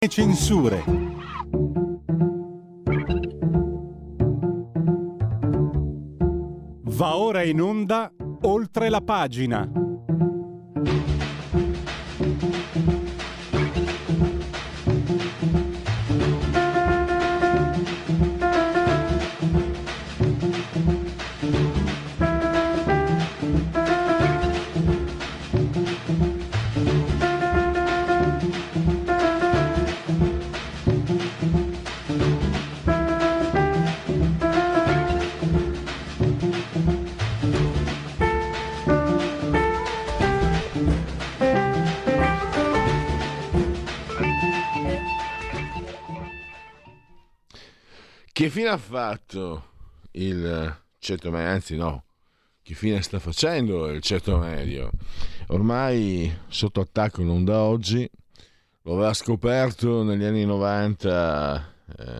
Censure. Va ora in onda Oltre la pagina. Che fine ha fatto il ceto medio? Anzi no, che fine sta facendo il ceto medio? Ormai sotto attacco non da oggi, lo aveva scoperto negli anni 90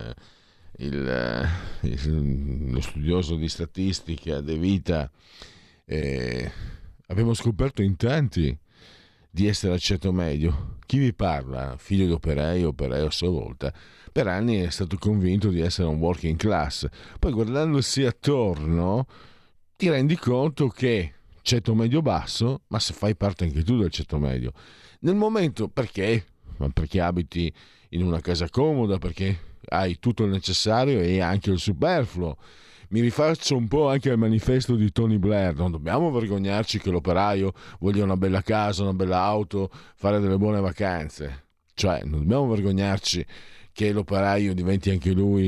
lo studioso di statistica De Vita. Abbiamo scoperto in tanti di essere al ceto medio. Chi vi parla, figlio di operai a sua volta, per anni è stato convinto di essere un working class. Poi guardandosi attorno ti rendi conto che ceto medio basso, ma se fai parte anche tu del ceto medio. Nel momento perché? Ma perché abiti in una casa comoda, perché hai tutto il necessario e anche il superfluo. Mi rifaccio un po' anche al manifesto di Tony Blair: non dobbiamo vergognarci che l'operaio voglia una bella casa, una bella auto, fare delle buone vacanze. Cioè, non dobbiamo vergognarci che l'operaio diventi anche lui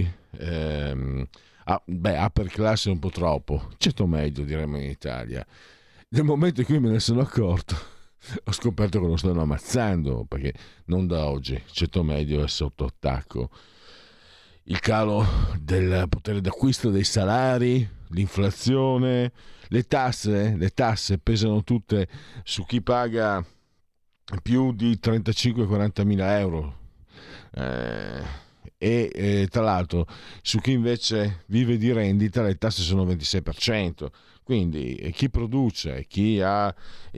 upper class, è un po' troppo, ceto medio diremmo in Italia. Nel momento in cui me ne sono accorto ho scoperto che lo stanno ammazzando, perché non da oggi ceto medio è sotto attacco. Il calo del potere d'acquisto dei salari, l'inflazione, le tasse pesano tutte su chi paga più di 35-40 mila euro. Tra l'altro su chi invece vive di rendita le tasse sono 26%. Quindi chi produce, chi ha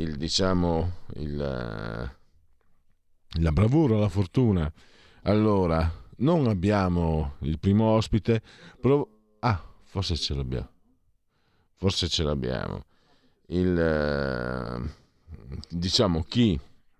la bravura, la fortuna. Allora, non abbiamo il primo ospite. Forse ce l'abbiamo. Chi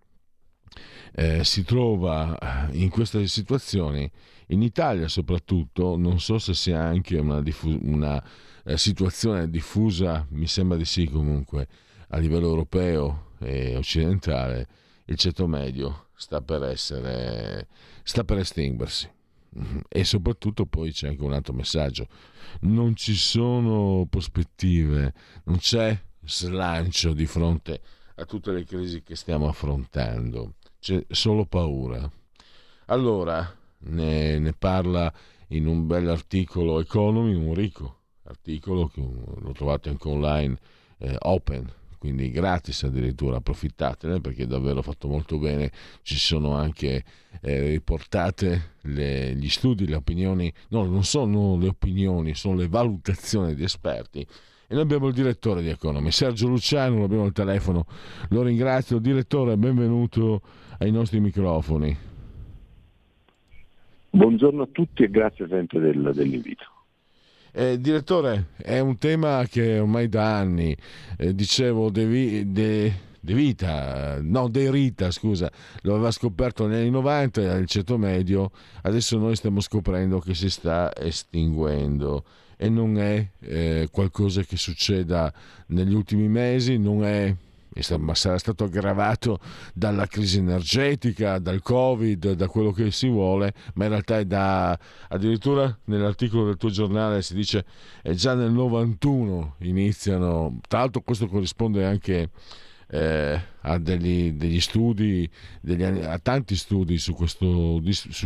si trova in queste situazioni, in Italia soprattutto, non so se sia anche una situazione diffusa, mi sembra di sì comunque, a livello europeo e occidentale, il ceto medio sta per estinguersi. E soprattutto poi c'è anche un altro messaggio: non ci sono prospettive, non c'è slancio di fronte a tutte le crisi che stiamo affrontando, c'è solo paura. Allora ne parla in un bel articolo Economy, un ricco articolo che lo trovate anche online, open, quindi gratis addirittura, approfittatene perché è davvero fatto molto bene. Ci sono anche riportate gli studi, le opinioni, no, non sono le opinioni, sono le valutazioni di esperti. E noi abbiamo il direttore di Economy, Sergio Luciano, lo abbiamo al telefono. Lo ringrazio. Direttore, benvenuto ai nostri microfoni. Buongiorno a tutti e grazie sempre dell'invito. Direttore, è un tema che ormai da anni, dicevo, De Rita, scusa, lo aveva scoperto negli anni 90, il ceto medio. Adesso noi stiamo scoprendo che si sta estinguendo, e non è qualcosa che succeda negli ultimi mesi, ma sarà stato aggravato dalla crisi energetica, dal Covid, da quello che si vuole, ma in realtà addirittura nell'articolo del tuo giornale si dice è già nel 91 iniziano. Tra l'altro questo corrisponde anche a degli studi, a tanti studi su questo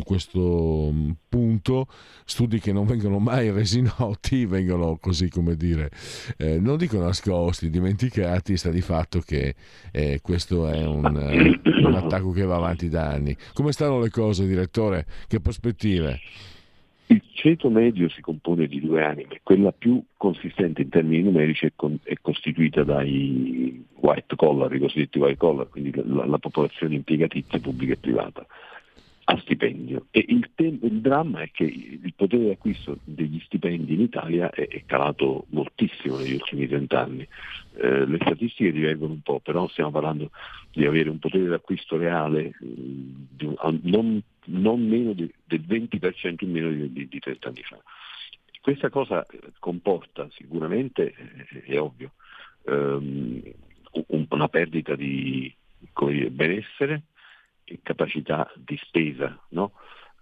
punto, studi che non vengono mai resi noti, vengono così, come dire, non dico nascosti, dimenticati. Sta di fatto che questo è un attacco che va avanti da anni. Come stanno le cose, direttore? Che prospettive? Il ceto medio si compone di due anime: quella più consistente in termini numerici è costituita dai white collar, i cosiddetti white collar, quindi la popolazione impiegatizia pubblica e privata. a stipendio. E il dramma è che il potere d'acquisto degli stipendi in Italia è calato moltissimo negli ultimi 30 anni. Le statistiche divergono un po', però stiamo parlando di avere un potere d'acquisto reale non meno del 20% in meno di 30 anni fa. Questa cosa comporta sicuramente, è ovvio, una perdita di, come dire, benessere e capacità di spesa, no?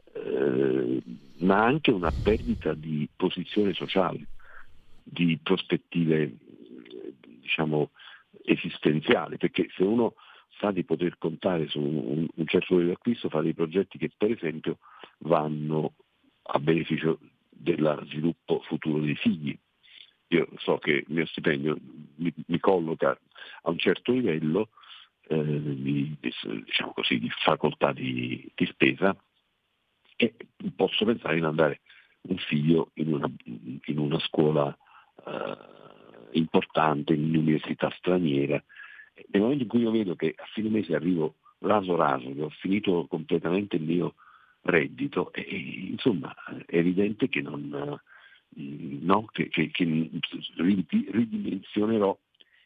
Ma anche una perdita di posizione sociale, di prospettive, diciamo, esistenziali, perché se uno sa di poter contare su un certo livello di acquisto, fa dei progetti che per esempio vanno a beneficio dello sviluppo futuro dei figli. Io so che il mio stipendio mi colloca a un certo livello diciamo così, di facoltà di spesa, e posso pensare di mandare un figlio in una scuola importante, in un'università straniera. Nel momento in cui io vedo che a fine mese arrivo raso, che ho finito completamente il mio reddito, insomma è evidente che che ridimensionerò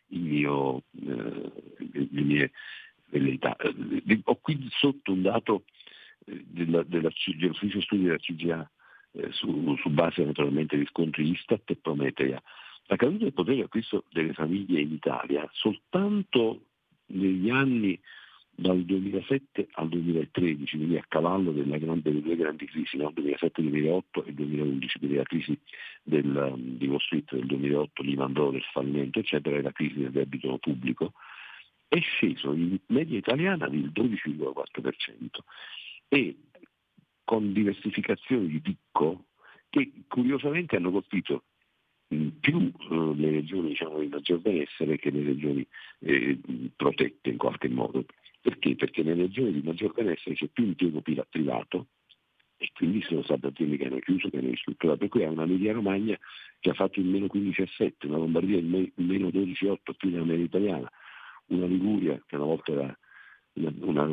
le mie velleità. Ho qui sotto un dato dell'ufficio studi della CGA su base naturalmente di riscontri Istat e Prometea. La caduta del potere d'acquisto delle famiglie in Italia soltanto negli anni dal 2007 al 2013, quindi a cavallo delle due grandi crisi, no? 2007-2008 e 2011, quindi la crisi di Wall Street del 2008, Lehman Brothers, fallimento, eccetera, e la crisi del debito pubblico, è sceso in media italiana del 12,4% e con diversificazioni di picco che curiosamente hanno colpito più le regioni, diciamo, di maggior benessere che le regioni protette in qualche modo. Perché? Perché nelle regioni di maggior benessere c'è più impiego privato e quindi sono state aziende che hanno chiuso, che hanno ristrutturato, per cui è una Emilia Romagna che ha fatto il meno 15,7, una Lombardia il meno 12,8 più della media italiana, una Liguria che una volta era una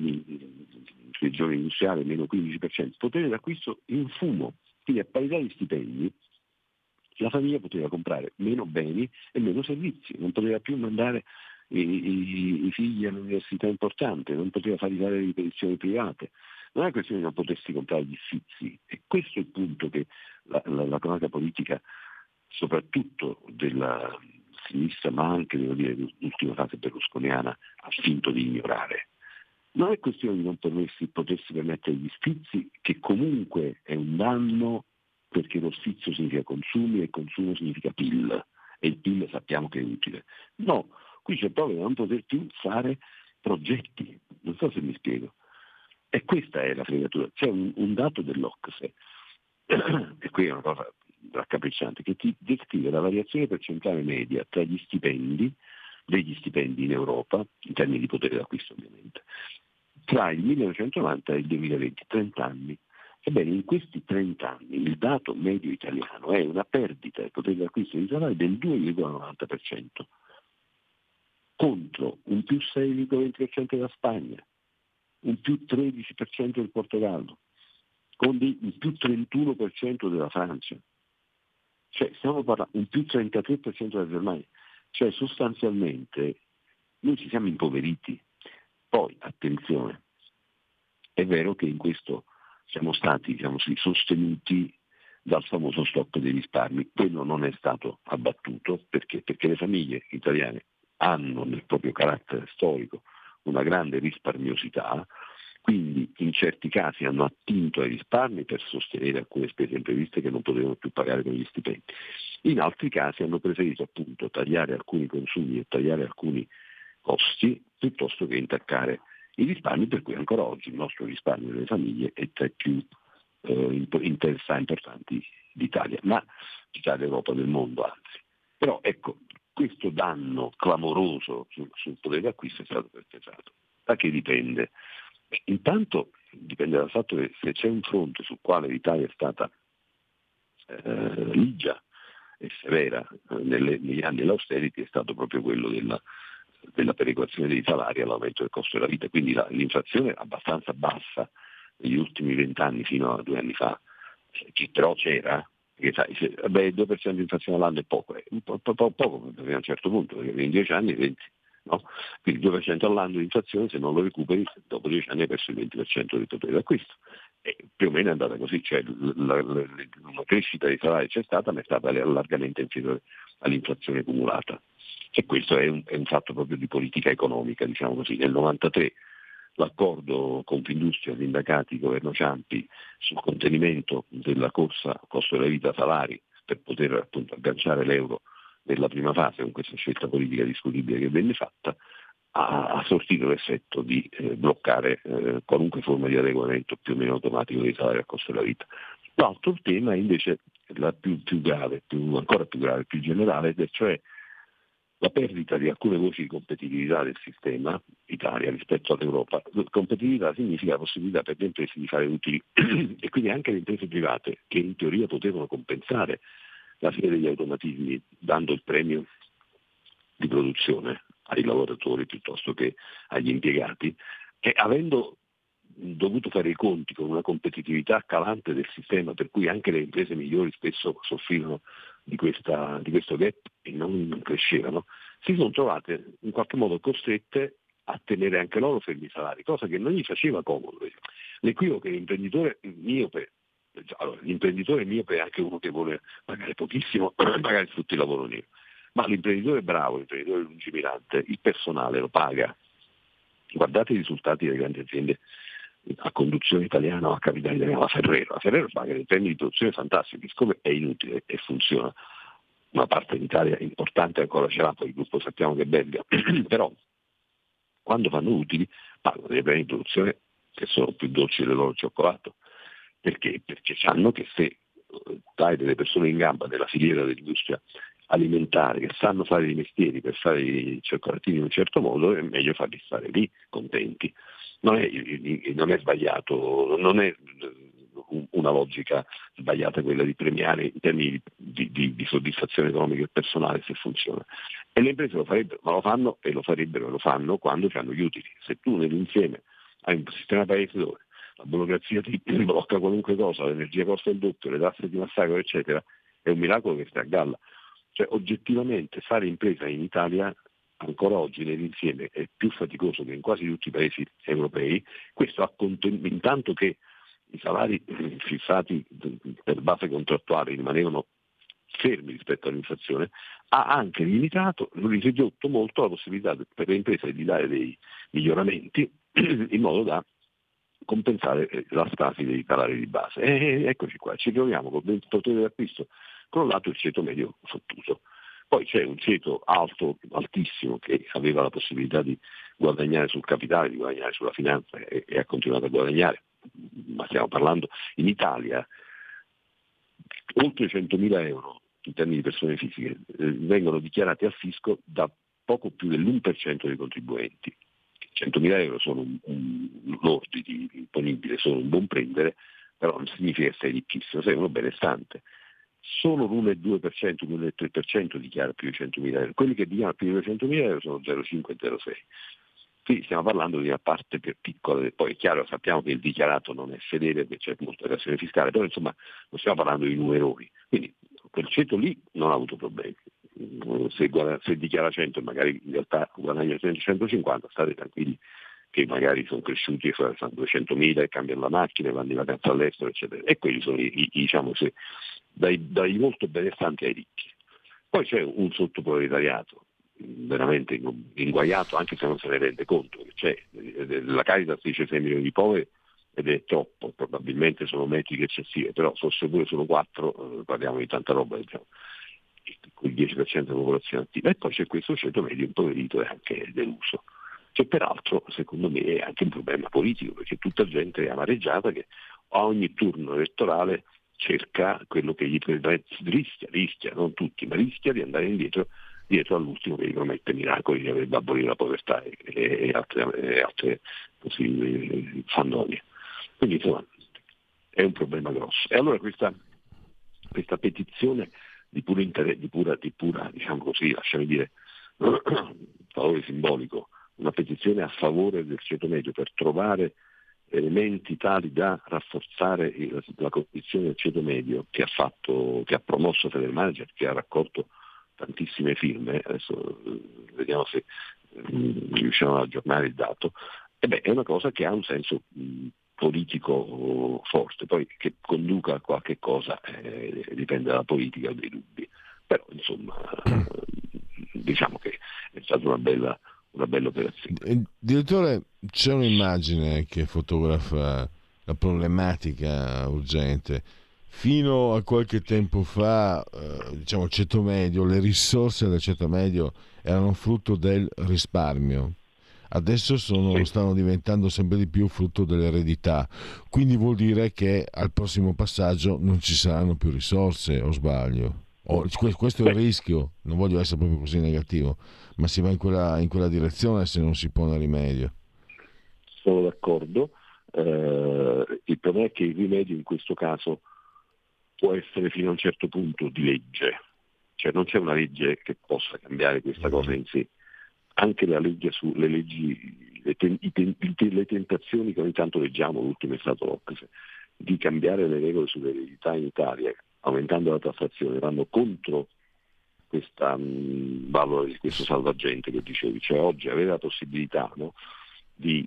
regione industriale meno 15%, potere d'acquisto in fumo, quindi a parità di stipendi la famiglia poteva comprare meno beni e meno servizi, non poteva più mandare i figli all'università importante, non poteva fare le ripetizioni private. Non è questione di non potersi comprare gli Uffizi, e questo è il punto che la cronaca politica, soprattutto della sinistra, ma anche, devo dire, dell'ultima fase berlusconiana, ha finto di ignorare. Non è questione di non potersi permettere gli Uffizi, che comunque è un danno, perché lo sfizio significa consumi e consumo significa PIL, e il PIL sappiamo che è utile. No, qui c'è proprio da non poter più fare progetti, non so se mi spiego. E questa è la fregatura. C'è un dato dell'Ocse, e qui è una cosa raccapricciante, che ti descrive la variazione percentuale media tra degli stipendi in Europa, in termini di potere d'acquisto ovviamente, tra il 1990 e il 2020, 30 anni. Ebbene, in questi 30 anni il dato medio italiano è una perdita del potere d'acquisto di salario del 2,90%, contro un più 6,20% della Spagna, un più 13% del Portogallo, con un più 31% della Francia. Cioè, stiamo parlando un più 33% della Germania. Cioè, sostanzialmente noi ci siamo impoveriti. Poi, attenzione, è vero che in questo siamo stati, diciamo così, sostenuti dal famoso stock dei risparmi. Quello non è stato abbattuto perché le famiglie italiane hanno nel proprio carattere storico una grande risparmiosità, quindi in certi casi hanno attinto ai risparmi per sostenere alcune spese impreviste che non potevano più pagare con gli stipendi. In altri casi hanno preferito appunto tagliare alcuni consumi e tagliare alcuni costi piuttosto che intaccare i risparmi, per cui ancora oggi il nostro risparmio delle famiglie è tra i più importanti d'Italia, ma d'Italia, Europa, del mondo anzi. Però ecco, questo danno clamoroso sul potere d'acquisto è stato perpetrato. Da che dipende? Intanto dipende dal fatto che se c'è un fronte sul quale l'Italia è stata ligia e severa negli anni dell'austerity, è stato proprio quello della perequazione dei salari all'aumento del costo della vita, quindi l'inflazione abbastanza bassa negli ultimi 20 anni fino a 2 anni fa, che però c'era, perché sai, il 2% di inflazione all'anno è poco, è poco fino a un certo punto, perché in 10 anni 20, no? Quindi il 2% all'anno di inflazione, se non lo recuperi, dopo 10 anni hai perso il 20% del potere d'acquisto. E più o meno è andata così, cioè la crescita dei salari c'è stata, ma è stata largamente inferiore all'inflazione cumulata. E questo è un fatto proprio di politica economica, diciamo così. Nel 93 l'accordo Confindustria, sindacati, governo Ciampi sul contenimento della corsa costo della vita salari per poter appunto agganciare l'euro nella prima fase, con questa scelta politica discutibile che venne fatta, ha sortito l'effetto di bloccare qualunque forma di adeguamento più o meno automatico dei salari al costo della vita. L'altro tema è invece la più grave, ancora più grave, più generale, cioè la perdita di alcune voci di competitività del sistema Italia rispetto all'Europa. Competitività significa la possibilità per le imprese di fare utili e quindi anche le imprese private che in teoria potevano compensare la fine degli automatismi dando il premio di produzione ai lavoratori piuttosto che agli impiegati, e avendo dovuto fare i conti con una competitività calante del sistema, per cui anche le imprese migliori spesso soffrivano di questo gap e non crescevano, si sono trovate in qualche modo costrette a tenere anche loro fermi i salari, cosa che non gli faceva comodo. L'equivoco è l'imprenditore miope. Allora, l'imprenditore miope è anche uno che vuole pagare pochissimo, magari sfrutti il lavoro nero. Ma l'imprenditore bravo, l'imprenditore lungimirante, il personale lo paga. Guardate i risultati delle grandi aziende a conduzione italiana o a capitale italiana, la Ferrero paga dei premi di produzione fantastici, siccome è inutile e funziona, una parte d'Italia importante ancora ce l'ha, poi il gruppo sappiamo che è belga, però quando fanno utili pagano dei premi di produzione che sono più dolci del loro cioccolato. Perché? Perché sanno che se dai delle persone in gamba della filiera dell'industria alimentare che sanno fare i mestieri per fare i cioccolatini in un certo modo, è meglio farli stare lì contenti. Non è sbagliato, non è una logica sbagliata quella di premiare in termini di soddisfazione economica e personale se funziona. E le imprese lo farebbero, ma lo fanno e lo farebbero e lo fanno quando hanno gli utili. Se tu nell'insieme hai un sistema paese dove la burocrazia ti blocca qualunque cosa, l'energia costa il doppio, le tasse ti massacrano, eccetera, è un miracolo che stai a galla. Cioè oggettivamente fare impresa in Italia ancora oggi nell'insieme è più faticoso che in quasi tutti i paesi europei, questo intanto che i salari fissati per base contrattuale rimanevano fermi rispetto all'inflazione, ha anche ridotto molto la possibilità per le imprese di dare dei miglioramenti in modo da compensare la stasi dei salari di base. E eccoci qua, ci troviamo con il potere d'acquisto crollato, il ceto medio fottuto. Poi c'è un ceto altissimo, che aveva la possibilità di guadagnare sul capitale, di guadagnare sulla finanza e ha continuato a guadagnare, ma stiamo parlando in Italia, oltre 100.000 euro in termini di persone fisiche vengono dichiarati al fisco da poco più dell'1% dei contribuenti. 100.000 euro sono lordi di imponibile, sono un buon prendere, però non significa che sei ricchissimo, sei uno benestante. Solo l'1,2%, l'1,3% dichiara più di 100.000 euro. Quelli che dichiarano più di 200.000 euro sono 0,5 e 0,6. Qui stiamo parlando di una parte più piccola, poi è chiaro, sappiamo che il dichiarato non è fedele, perché c'è molta evasione fiscale, però insomma non stiamo parlando di numeroni. Quindi quel ceto lì non ha avuto problemi. Se dichiara 100 e magari in realtà guadagna 150, state tranquilli che magari sono cresciuti e fanno 200.000 e cambiano la macchina e vanno in vacanza all'estero, eccetera. E quelli sono diciamo, dai molto benestanti ai ricchi. Poi c'è un sottoproletariato veramente inguaiato, anche se non se ne rende conto. La Caritas dice 6 milioni di poveri ed è troppo, probabilmente sono metriche eccessive, però fosse pure solo 4, parliamo di tanta roba, diciamo, con il 10% della popolazione attiva. E poi c'è questo ceto medio impoverito e anche deluso. Che peraltro secondo me è anche un problema politico, perché tutta gente è amareggiata che a ogni turno elettorale cerca quello che gli rischia, non tutti, ma rischia di andare dietro all'ultimo che gli promette miracoli, che avrebbe abolito la povertà e altre così fandonie. Quindi insomma è un problema grosso. E allora questa petizione di pura, diciamo così, lasciami dire, valore simbolico, una petizione a favore del ceto medio per trovare elementi tali da rafforzare la condizione del ceto medio che ha promosso Federmanager, che ha raccolto tantissime firme, adesso vediamo se riusciamo ad aggiornare il dato, è una cosa che ha un senso politico forte, poi che conduca a qualche cosa dipende dalla politica o dai dubbi, però insomma diciamo che è stata una bella operazione. Direttore, c'è un'immagine che fotografa la problematica urgente. Fino a qualche tempo fa, diciamo, il ceto medio, le risorse del ceto medio erano frutto del risparmio. Adesso stanno diventando sempre di più frutto dell'eredità. Quindi vuol dire che al prossimo passaggio non ci saranno più risorse, o sbaglio? Questo è il rischio. Non voglio essere proprio così negativo, ma si va in quella direzione se non si pone rimedio. Sono d'accordo. Il problema è che il rimedio in questo caso può essere fino a un certo punto di legge, cioè non c'è una legge che possa cambiare questa cosa in sé. Anche la legge sulle leggi, le tentazioni che ogni tanto leggiamo, l'ultimo è stato l'Ocse, di cambiare le regole sull'eredità in Italia, aumentando la tassazione, vanno contro questa valore di questo salvagente che dicevi, cioè oggi avere la possibilità, no, di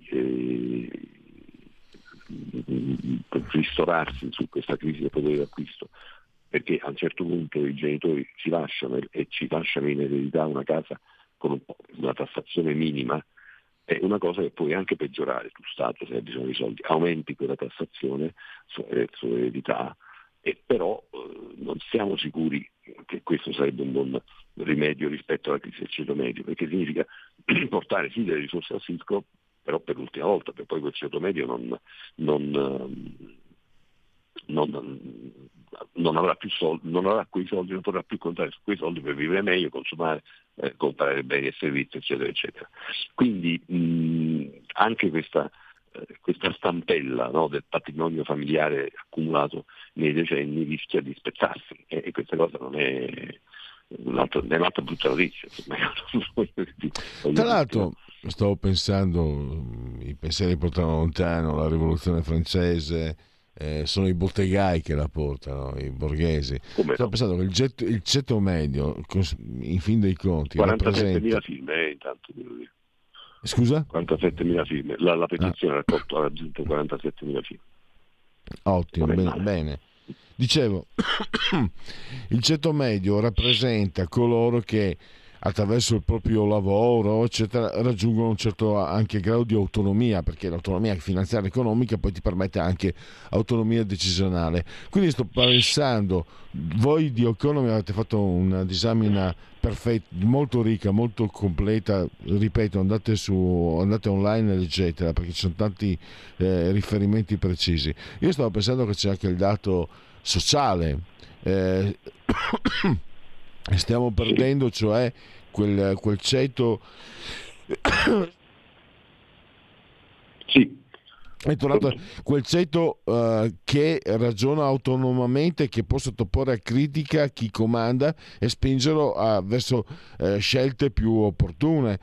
ristorarsi su questa crisi del potere d'acquisto, perché a un certo punto i genitori ci lasciano e ci lasciano in eredità una casa con una tassazione minima, è una cosa che puoi anche peggiorare. Tu Stato, se hai bisogno di soldi, aumenti quella tassazione sull'eredità, e però non siamo sicuri che questo sarebbe un buon rimedio rispetto alla crisi del ceto medio, perché significa portare sì delle risorse al fisco, però per l'ultima volta, perché poi quel ceto medio non avrà più soldi, non avrà quei soldi, non potrà più contare su quei soldi per vivere meglio, consumare, comprare beni e servizi, eccetera, eccetera. Quindi anche questa stampella, no, del patrimonio familiare accumulato nei decenni rischia di spezzarsi, e questa cosa non è un'altra brutta notizia. Tra l'altro stavo pensando, i pensieri portano lontano, la rivoluzione francese, sono i bottegai che la portano, i borghesi. Stavo pensando che il ceto medio, in fin dei conti, 47.000 firme, intanto devo dire. Scusa? 47.000 firme, la petizione ha raggiunto 47.000 firme. Ottimo, bene. Dicevo, il ceto medio rappresenta coloro che attraverso il proprio lavoro, eccetera, raggiungono un certo anche grado di autonomia, perché l'autonomia finanziaria e economica poi ti permette anche autonomia decisionale. Quindi sto pensando, voi di Economy avete fatto una disamina perfetta, molto ricca, molto completa, ripeto, andate online e leggetela, perché ci sono tanti riferimenti precisi. Io stavo pensando che c'è anche il dato sociale. Stiamo perdendo, cioè quel ceto sì. è tornato quel ceto che ragiona autonomamente, che può sottoporre a critica chi comanda e spingerlo verso scelte più opportune.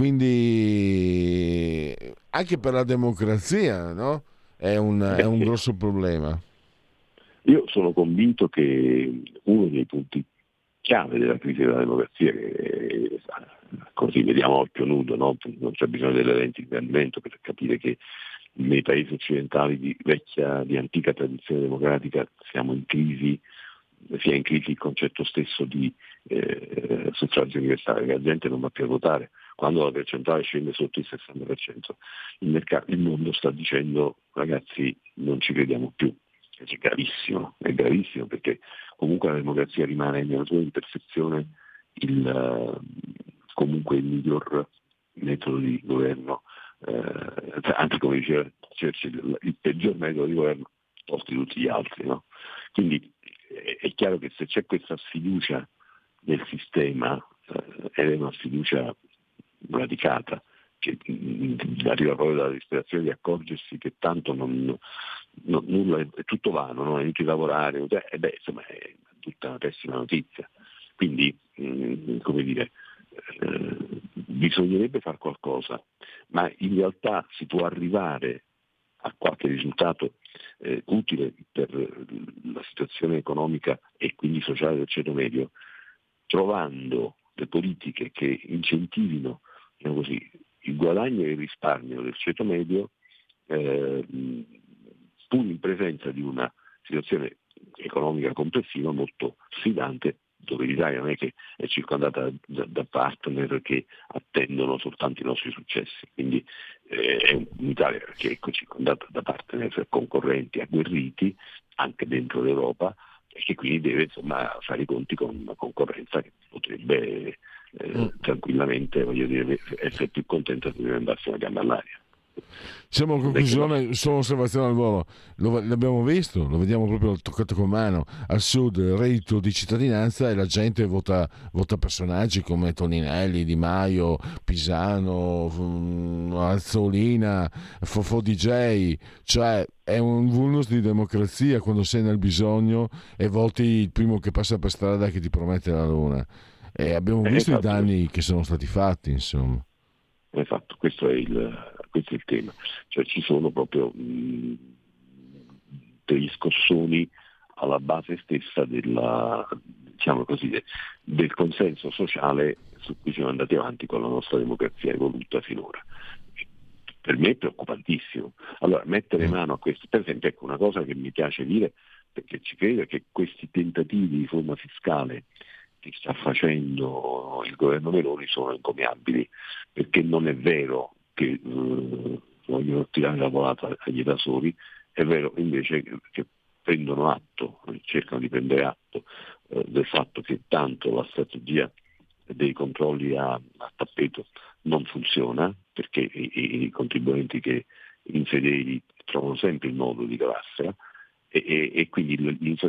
Quindi anche per la democrazia, no? È un grosso problema. Io sono convinto che uno dei punti chiave della crisi della democrazia, che così vediamo a occhio nudo, no? Non c'è bisogno delle lenti di ingrandimento per capire che nei paesi occidentali di antica tradizione democratica siamo in crisi, sia in crisi il concetto stesso di suffragio universale, che la gente non va più a votare. Quando la percentuale scende sotto il 60%, il mondo sta dicendo: ragazzi, non ci crediamo più. È gravissimo, perché comunque la democrazia rimane nella sua imperfezione comunque il miglior metodo di governo, anzi, come diceva Churchill, il peggior metodo di governo tolti tutti gli altri, no? Quindi è chiaro che se c'è questa sfiducia nel sistema, ed è una sfiducia radicata, che arriva proprio dalla disperazione di accorgersi che tanto nulla è tutto vano, no? È inutile lavorare, insomma è tutta una pessima notizia. Quindi come dire, bisognerebbe fare qualcosa, ma in realtà si può arrivare a qualche risultato utile per la situazione economica e quindi sociale del ceto medio, trovando le politiche che incentivino, diciamo così, il guadagno e il risparmio del ceto medio, pur in presenza di una situazione economica complessiva molto sfidante, dove l'Italia non è che è circondata da partner che attendono soltanto i nostri successi, quindi è un'Italia che è circondata da partner concorrenti agguerriti anche dentro l'Europa e che quindi deve insomma fare i conti con una concorrenza che potrebbe tranquillamente, voglio dire, essere più contenta se deve andarsi una gamba all'aria. Siamo a conclusione, solo osservazione al volo. L'abbiamo visto, lo vediamo proprio toccato con mano. Al sud il reddito di cittadinanza e la gente vota personaggi come Toninelli, Di Maio, Pisano, Azzolina, Fofò DJ, cioè è un vulnus di democrazia quando sei nel bisogno e voti il primo che passa per strada che ti promette la luna. E abbiamo visto i danni che sono stati fatti, insomma. Esatto, questo è il tema, cioè ci sono proprio degli scossoni alla base stessa della, diciamo così, del consenso sociale su cui siamo andati avanti con la nostra democrazia evoluta finora. Per me è preoccupantissimo. Allora, mettere mano a questo, per esempio, ecco una cosa che mi piace dire, perché ci credo, è che questi tentativi di riforma fiscale che sta facendo il governo Meloni sono encomiabili, perché non è vero che vogliono tirare la volata agli evasori, è vero invece che prendono atto, cercano di prendere atto del fatto che tanto la strategia dei controlli a tappeto non funziona, perché i contribuenti che infedeli trovano sempre il modo di cavarsela e quindi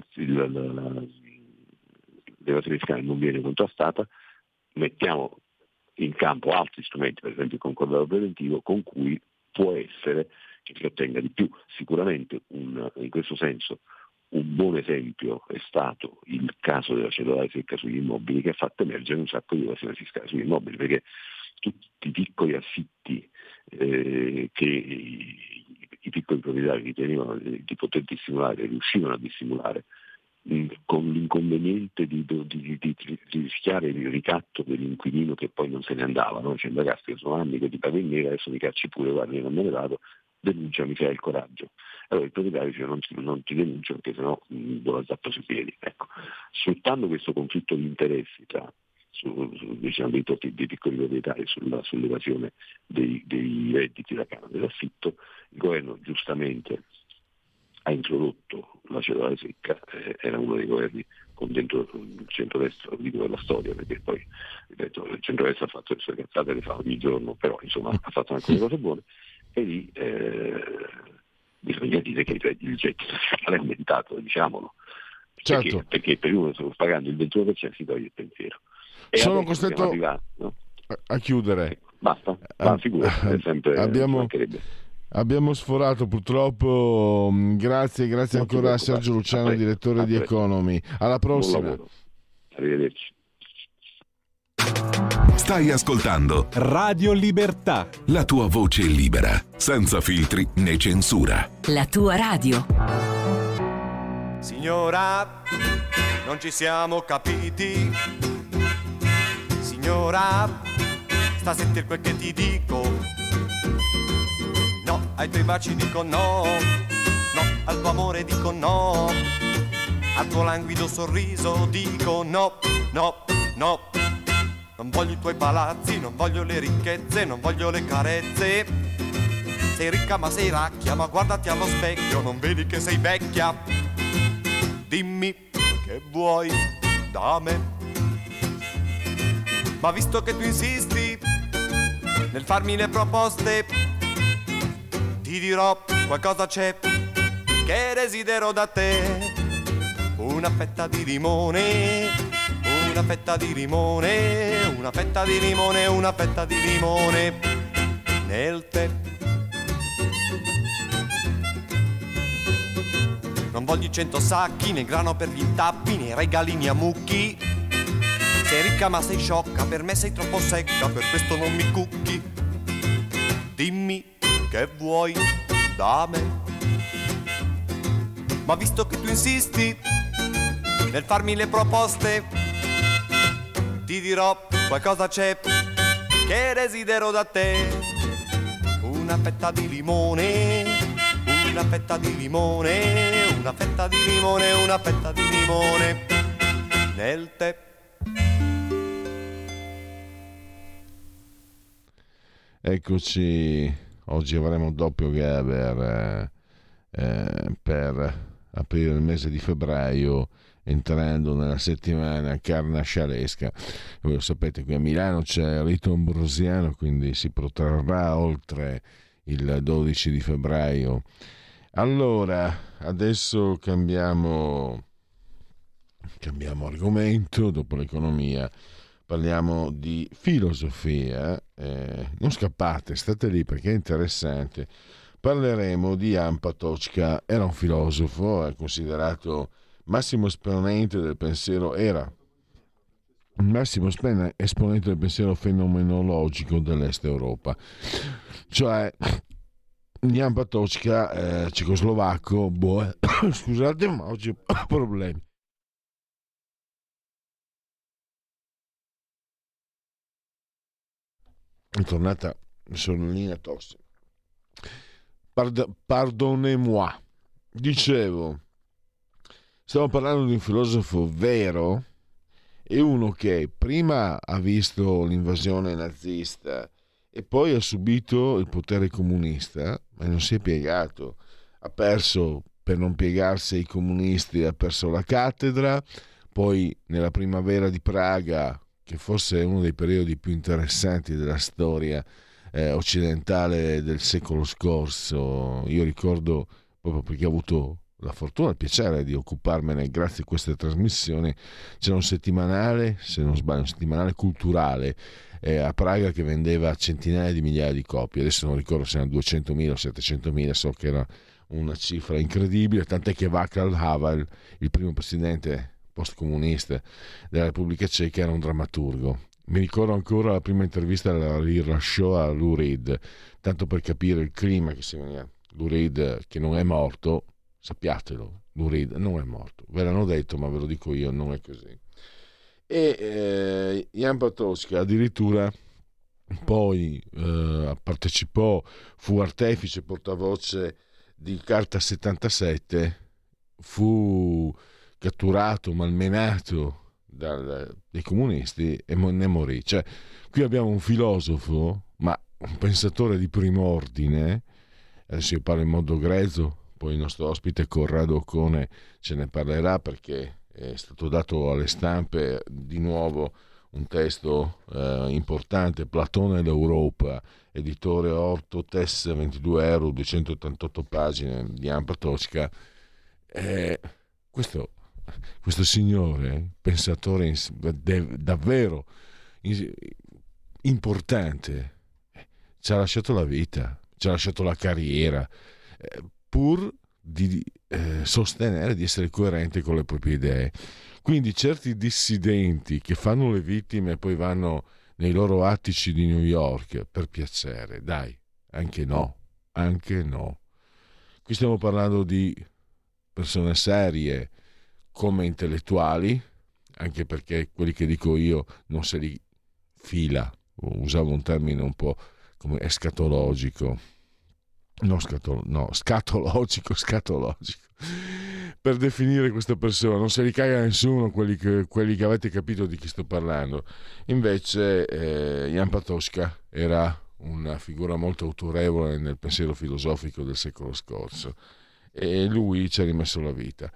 l'evasione fiscale non viene contrastata. Mettiamo in campo altri strumenti, per esempio il concordato preventivo, con cui può essere che si ottenga di più. Sicuramente in questo senso un buon esempio è stato il caso della cedolare secca sugli immobili, che ha fatto emergere un sacco di evasione fiscale sugli immobili, perché tutti i piccoli affitti che i piccoli proprietari ritenevano di poter dissimulare, riuscivano a dissimulare, con l'inconveniente di rischiare il ricatto dell'inquilino che poi non se ne andava, no? Cioè, ragazzi, sono anni che ti pago in nero, adesso mi cacci pure, guardi, non me ne vado, denunciami se hai il coraggio. Allora il proprietario dice non ti denuncio perché sennò do la zappa sui piedi. Ecco, sfruttando questo conflitto di interessi tra diciamo, dei piccoli proprietari sull'evasione dei redditi da canone d'affitto, il governo giustamente ha introdotto la cedolare secca, era uno dei governi con dentro il centrodestra di quella storia, perché poi ripeto, il centrodestra ha fatto le sue cazzate, le fa ogni giorno, però insomma ha fatto anche le cose buone, e lì bisogna dire che il gettito fiscale è aumentato, diciamolo, certo. perché per uno sto pagando il 21% si toglie il pensiero. E sono costretto a chiudere. Ecco, basta, figura, è sempre Abbiamo sforato purtroppo. Grazie ancora a Sergio Luciano, direttore di Economy. Alla prossima. Arrivederci. Stai ascoltando Radio Libertà, la tua voce libera, senza filtri né censura. La tua radio. Signora, non ci siamo capiti. Signora, sta a sentire quel che ti dico. No, ai tuoi baci dico no, no, al tuo amore dico no, al tuo languido sorriso dico no, no, no. Non voglio i tuoi palazzi, non voglio le ricchezze, non voglio le carezze. Sei ricca ma sei racchia, ma guardati allo specchio, non vedi che sei vecchia. Dimmi che vuoi da me. Ma visto che tu insisti nel farmi le proposte, ti dirò qualcosa c'è che desidero da te. Una fetta di limone, una fetta di limone, una fetta di limone, una fetta di limone nel tè. Non voglio 100 sacchi, né grano per gli intappi, né regalini a mucchi. Sei ricca ma sei sciocca, per me sei troppo secca, per questo non mi cucchi. Dimmi che vuoi da me. Ma visto che tu insisti nel farmi le proposte, ti dirò qualcosa c'è che desidero da te. Una fetta di limone, una fetta di limone, una fetta di limone, una fetta di limone nel tè. Eccoci, oggi avremo doppio Geber per aprire il mese di febbraio, entrando nella settimana carnascialesca. Voi lo sapete, qui a Milano c'è il rito ambrosiano, quindi si protrarrà oltre il 12 di febbraio. Allora, adesso cambiamo argomento. Dopo l'economia parliamo di filosofia. Non scappate, state lì perché è interessante. Parleremo di Jan Patočka. Era un filosofo, è considerato massimo esponente del pensiero, era il massimo esponente del pensiero fenomenologico dell'Est Europa. Cioè, Jan Patočka, cecoslovacco, scusate, ma oggi ho problemi. È tornata sonolina tosse. Pardonnez-moi. Dicevo, stiamo parlando di un filosofo vero e uno che prima ha visto l'invasione nazista e poi ha subito il potere comunista, ma non si è piegato. Ha perso, per non piegarsi ai comunisti, ha perso la cattedra. Poi nella primavera di Praga, che forse è uno dei periodi più interessanti della storia occidentale del secolo scorso, io ricordo, proprio perché ho avuto la fortuna e il piacere di occuparmene grazie a queste trasmissioni, c'era un settimanale, se non sbaglio, un settimanale culturale a Praga che vendeva centinaia di migliaia di copie. Adesso non ricordo se erano 200.000 o 700.000, so che era una cifra incredibile, tant'è che Václav Havel, il primo presidente postcomunista della Repubblica Ceca, era un drammaturgo. Mi ricordo ancora la prima intervista alla rilasciò a Lou Reed, tanto per capire il clima che si veniva. Lou Reed, che non è morto, sappiatelo, Lou Reed non è morto, ve l'hanno detto ma ve lo dico io, non è così. E Jan Patočka addirittura poi partecipò, fu artefice, portavoce di Carta 77, fu catturato, malmenato dai comunisti e ne morì. Cioè, qui abbiamo un filosofo, ma un pensatore di primo ordine. Adesso io parlo in modo grezzo, poi il nostro ospite Corrado Ocone ce ne parlerà, perché è stato dato alle stampe di nuovo un testo importante, Platone e l'Europa, editore Orto Tess, 22 euro, 288 pagine, di Jan Patočka. Questo signore, pensatore davvero importante, ci ha lasciato la vita, ci ha lasciato la carriera, pur di sostenere di essere coerente con le proprie idee. Quindi certi dissidenti che fanno le vittime e poi vanno nei loro attici di New York per piacere, dai, anche no. Qui stiamo parlando di persone serie come intellettuali, anche perché quelli che dico io non se li fila, usavo un termine un po' come escatologico, scatologico, per definire questa persona. Non se li caga nessuno, quelli che avete capito di chi sto parlando. Invece Jan Patočka era una figura molto autorevole nel pensiero filosofico del secolo scorso e lui ci ha rimesso la vita.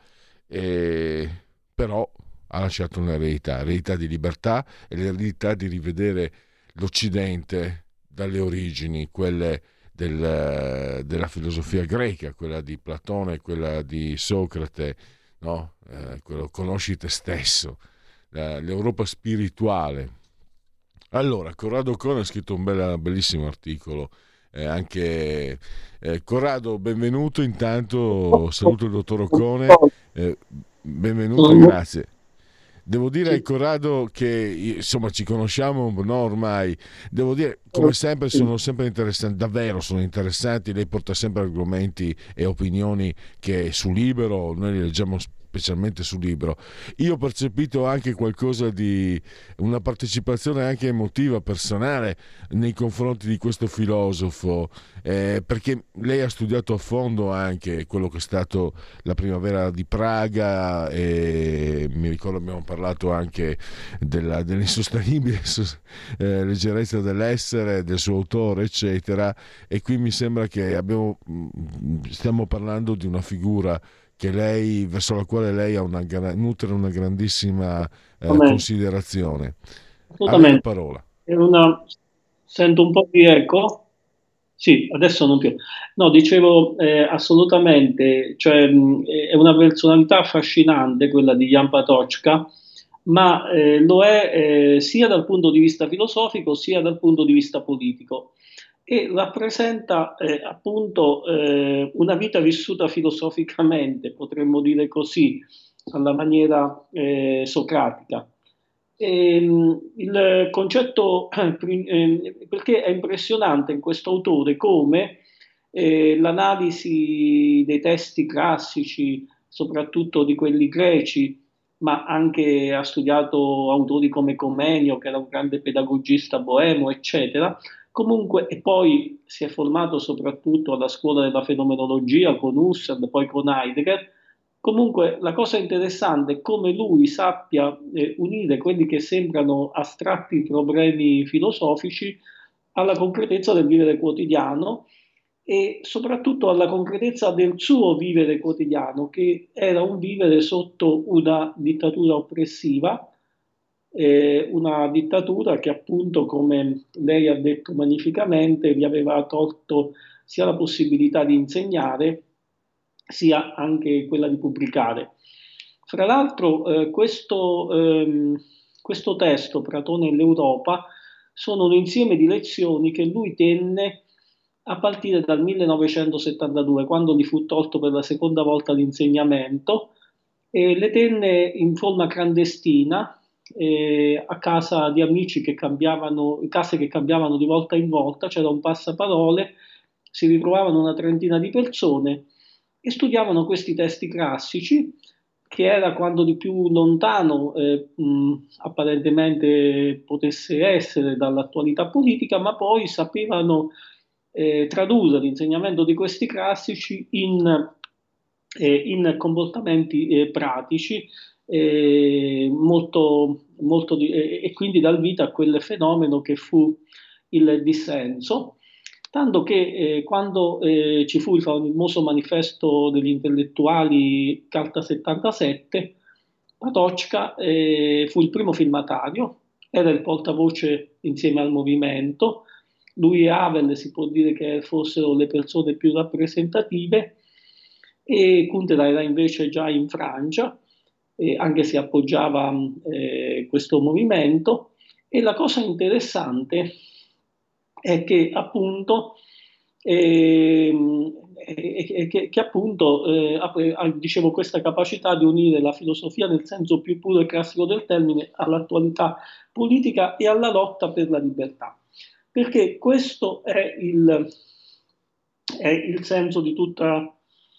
Però ha lasciato un'eredità di libertà e l'eredità di rivedere l'Occidente dalle origini, quelle della filosofia greca, quella di Platone, quella di Socrate, no? Quello conosci te stesso, l'Europa spirituale. Allora, Corrado Ocone ha scritto un bellissimo articolo. Anche Corrado, benvenuto. Intanto saluto il dottor Ocone, benvenuto, grazie. Devo dire a Corrado che insomma ci conosciamo, no, ormai. Devo dire, come sempre sono sempre interessanti, davvero sono interessanti. Lei porta sempre argomenti e opinioni che su Libero noi li leggiamo, specialmente su Libero. Io ho percepito anche qualcosa di una partecipazione anche emotiva, personale nei confronti di questo filosofo, perché lei ha studiato a fondo anche quello che è stato la primavera di Praga, e mi ricordo abbiamo parlato anche dell'insostenibile leggerezza dell'essere, del suo autore, eccetera. E qui mi sembra che stiamo parlando di una figura che lei, verso la quale lei ha nutre una grandissima considerazione. A lei la parola. Sento un po' di eco. Sì, adesso non più. No, dicevo assolutamente, cioè, è una personalità affascinante quella di Jan Patočka, ma lo è sia dal punto di vista filosofico sia dal punto di vista politico, e rappresenta appunto una vita vissuta filosoficamente, potremmo dire così, alla maniera socratica. Il concetto, perché è impressionante in questo autore come l'analisi dei testi classici, soprattutto di quelli greci, ma anche ha studiato autori come Comenio, che era un grande pedagogista boemo, eccetera. Comunque, e poi si è formato soprattutto alla scuola della fenomenologia con Husserl, poi con Heidegger. Comunque la cosa interessante è come lui sappia unire quelli che sembrano astratti problemi filosofici alla concretezza del vivere quotidiano, e soprattutto alla concretezza del suo vivere quotidiano, che era un vivere sotto una dittatura oppressiva, una dittatura che appunto, come lei ha detto magnificamente, gli aveva tolto sia la possibilità di insegnare sia anche quella di pubblicare. Fra l'altro questo testo, Platone e l'Europa, sono un insieme di lezioni che lui tenne a partire dal 1972, quando gli fu tolto per la seconda volta l'insegnamento, e le tenne in forma clandestina a casa di amici che cambiavano, case che cambiavano di volta in volta, c'era un passaparole, si ritrovavano una trentina di persone e studiavano questi testi classici, che era quando di più lontano apparentemente potesse essere dall'attualità politica, ma poi sapevano tradurre l'insegnamento di questi classici in comportamenti pratici, e quindi dal vita a quel fenomeno che fu il dissenso. Tanto che quando ci fu il famoso manifesto degli intellettuali, Carta 77, Patočka fu il primo firmatario, era il portavoce insieme al movimento. Lui e Havel si può dire che fossero le persone più rappresentative, e Kundera era invece già in Francia, anche se appoggiava questo movimento. E la cosa interessante è che appunto dicevo, questa capacità di unire la filosofia nel senso più puro e classico del termine all'attualità politica e alla lotta per la libertà, perché questo è il senso di tutta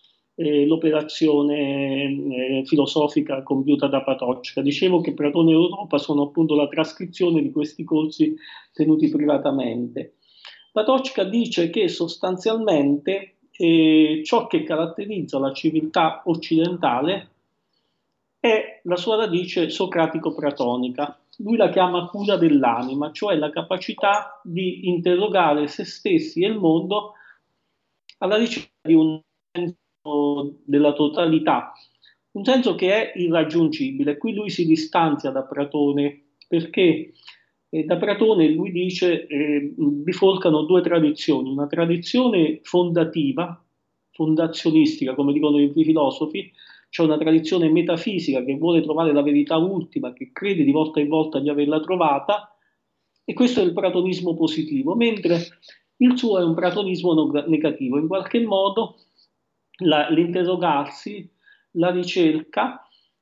l'operazione filosofica compiuta da Patočka. Dicevo che Platone e Europa sono appunto la trascrizione di questi corsi tenuti privatamente. Patočka dice che sostanzialmente ciò che caratterizza la civiltà occidentale è la sua radice socratico-platonica. Lui la chiama cura dell'anima, cioè la capacità di interrogare se stessi e il mondo alla ricerca di un senso della totalità, un senso che è irraggiungibile. Qui lui si distanzia da Platone, perché da Platone, lui dice, bifolcano due tradizioni: una tradizione fondativa, fondazionistica, come dicono i filosofi, cioè una tradizione metafisica che vuole trovare la verità ultima, che crede di volta in volta di averla trovata, e questo è il platonismo positivo, mentre il suo è un platonismo negativo. In qualche modo l'interrogarsi, la ricerca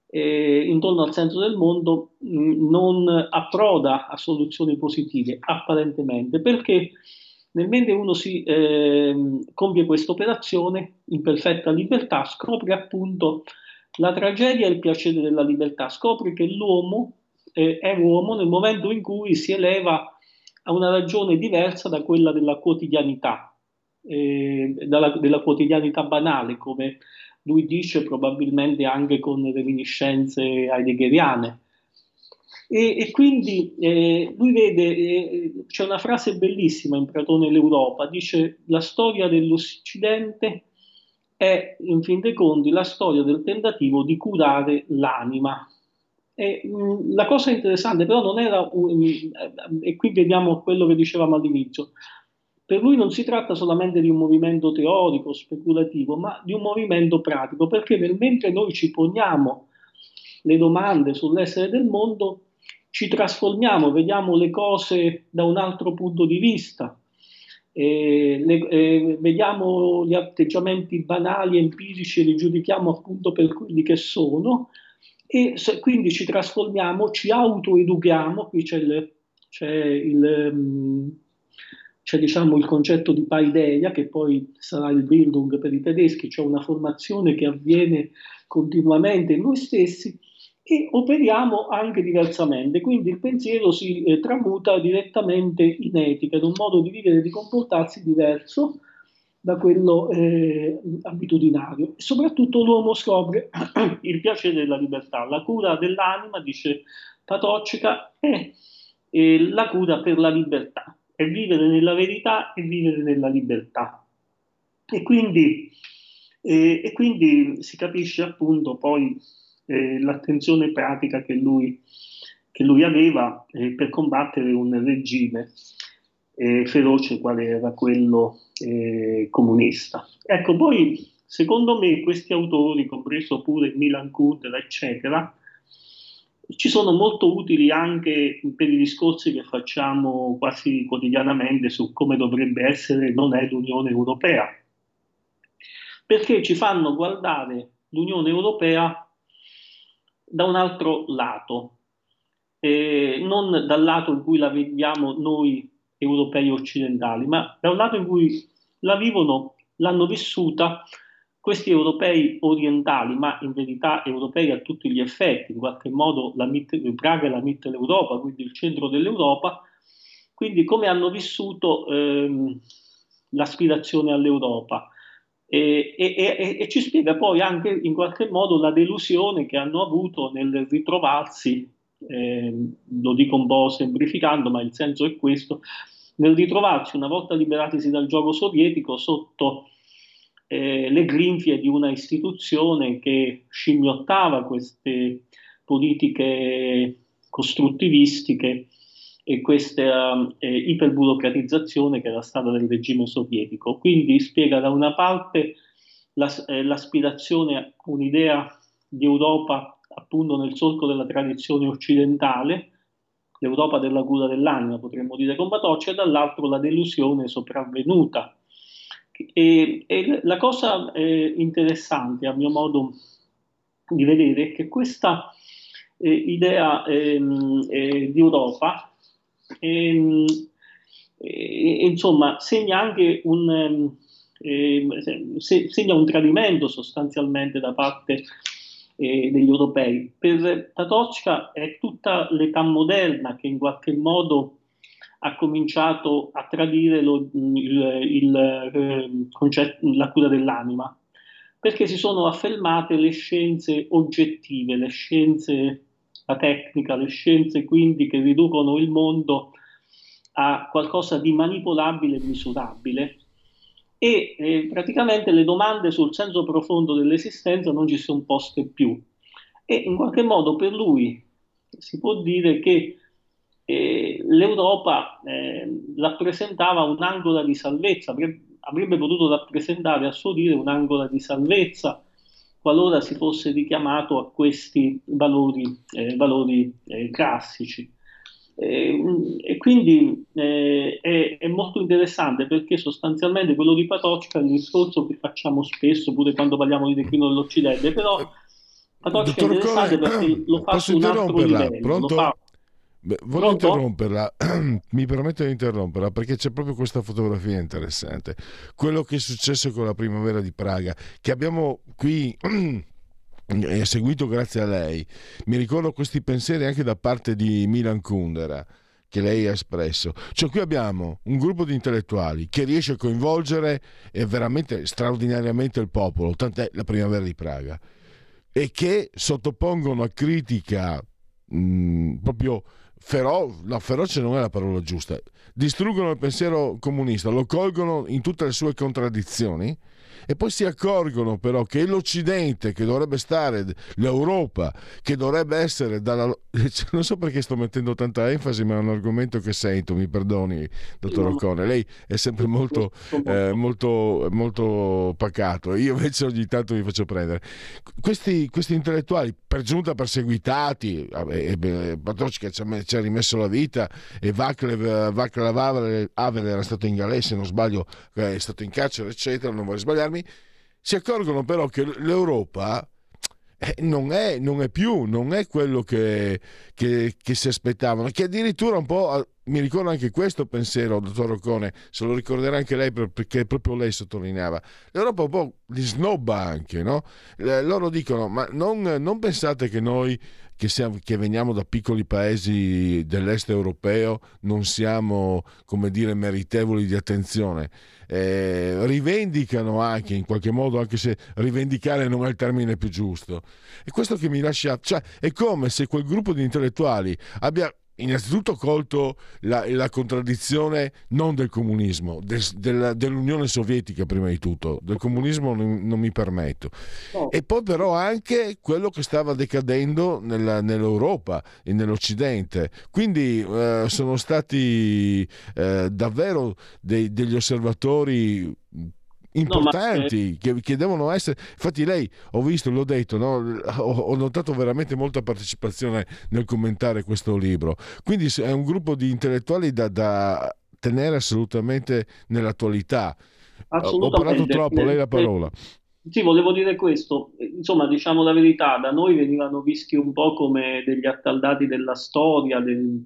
intorno al senso del mondo non approda a soluzioni positive, apparentemente, perché mentre uno si compie questa operazione in perfetta libertà, scopre appunto la tragedia e il piacere della libertà, scopre che l'uomo è uomo nel momento in cui si eleva a una ragione diversa da quella della quotidianità, della quotidianità banale, come lui dice probabilmente anche con reminiscenze heideggeriane. E quindi lui vede, c'è una frase bellissima in Platone l'Europa, dice: la storia dell'Occidente è in fin dei conti la storia del tentativo di curare l'anima. La cosa interessante però non era, e qui vediamo quello che dicevamo all'inizio, per lui non si tratta solamente di un movimento teorico, speculativo, ma di un movimento pratico, perché mentre noi ci poniamo le domande sull'essere del mondo, ci trasformiamo, vediamo le cose da un altro punto di vista, vediamo gli atteggiamenti banali e empirici e li giudichiamo appunto per quelli che sono, e quindi ci trasformiamo, ci autoeduchiamo. Qui c'è diciamo il concetto di paideia, che poi sarà il Bildung per i tedeschi, cioè una formazione che avviene continuamente in noi stessi, e operiamo anche diversamente. Quindi il pensiero si tramuta direttamente in etica, in un modo di vivere e di comportarsi diverso da quello abitudinario. E soprattutto l'uomo scopre il piacere della libertà. La cura dell'anima, dice Patočka, è la cura per la libertà, è vivere nella verità e vivere nella libertà. E quindi si capisce appunto poi l'attenzione pratica che lui aveva per combattere un regime feroce quale era quello comunista. Ecco, poi secondo me questi autori, compreso pure Milan Kundera, eccetera, ci sono molto utili anche per i discorsi che facciamo quasi quotidianamente su come dovrebbe essere e non è l'Unione Europea, perché ci fanno guardare l'Unione Europea da un altro lato, non dal lato in cui la vediamo noi europei occidentali, ma da un lato in cui l'hanno vissuta questi europei orientali, ma in verità europei a tutti gli effetti. In qualche modo Praga è la Mitteleuropa, quindi il centro dell'Europa, quindi come hanno vissuto l'aspirazione all'Europa. E ci spiega poi anche in qualche modo la delusione che hanno avuto nel ritrovarsi, lo dico un po' semplificando, ma il senso è questo, nel ritrovarsi una volta liberatisi dal giogo sovietico sotto le grinfie di una istituzione che scimmiottava queste politiche costruttivistiche e questa iperburocratizzazione che era stata del regime sovietico. Quindi spiega da una parte l'aspirazione a un'idea di Europa appunto nel solco della tradizione occidentale, l'Europa della cura dell'anima, potremmo dire con Patočka, e dall'altro la delusione sopravvenuta. E la cosa interessante, a mio modo di vedere, è che questa idea di Europa insomma segna anche segna un tradimento sostanzialmente da parte degli europei. Per Patočka è tutta l'età moderna che in qualche modo ha cominciato a tradire la cura dell'anima, perché si sono affermate le scienze oggettive, le scienze, la tecnica, le scienze quindi che riducono il mondo a qualcosa di manipolabile e misurabile, e praticamente le domande sul senso profondo dell'esistenza non ci sono poste più. E in qualche modo per lui si può dire che l'Europa rappresentava un'ancora di salvezza, avrebbe potuto rappresentare a suo dire un'ancora di salvezza qualora si fosse richiamato a questi valori classici. E quindi è molto interessante, perché sostanzialmente quello di Patočka è il discorso che facciamo spesso pure quando parliamo di declino dell'Occidente, però Patočka è Dottor interessante Ocone, perché lo fa posso su un altro interromperla? livello. Pronto? Lo fa... Voglio Pronto? interromperla, mi permetto di interromperla perché c'è proprio questa fotografia interessante. Quello che è successo con la primavera di Praga, che abbiamo qui seguito grazie a lei. Mi ricordo questi pensieri anche da parte di Milan Kundera, che lei ha espresso. Cioè qui abbiamo un gruppo di intellettuali che riesce a coinvolgere veramente straordinariamente il popolo, tant'è la primavera di Praga, e che sottopongono a critica proprio feroce non è la parola giusta, distruggono il pensiero comunista, lo colgono in tutte le sue contraddizioni e poi si accorgono però che l'Occidente, che dovrebbe stare, l'Europa, che dovrebbe essere non so perché sto mettendo tanta enfasi, ma è un argomento che sento, mi perdoni dottor Ocone, lei è sempre molto pacato, io invece ogni tanto mi faccio prendere. Questi intellettuali, per giunta perseguitati, Patočka ci ha rimesso la vita, e Václav Havel era stato in galera, se non sbaglio è stato in carcere, eccetera, non vorrei sbagliarmi. Si accorgono però che l'Europa non è quello che si aspettavano, che addirittura un po', mi ricordo anche questo pensiero, dottor Ocone, se lo ricorderà anche lei perché proprio lei sottolineava, l'Europa un po' li snobba anche, no? Loro dicono, ma non pensate che noi che veniamo da piccoli paesi dell'est europeo non siamo, come dire, meritevoli di attenzione. Rivendicano anche in qualche modo, anche se rivendicare non è il termine più giusto, e questo che mi lascia, cioè è come se quel gruppo di intellettuali abbia innanzitutto colto la contraddizione non del comunismo, dell'Unione Sovietica prima di tutto, del comunismo non mi permetto, e poi però anche quello che stava decadendo nell'Europa e nell'Occidente. Quindi sono stati davvero degli osservatori importanti, che devono essere. Infatti lei, ho visto, l'ho detto, no? Ho notato veramente molta partecipazione nel commentare questo libro, quindi è un gruppo di intellettuali da tenere assolutamente nell'attualità. Ho parlato troppo, lei la parola. Sì, volevo dire questo, insomma, diciamo la verità, da noi venivano visti un po' come degli attaldati della storia,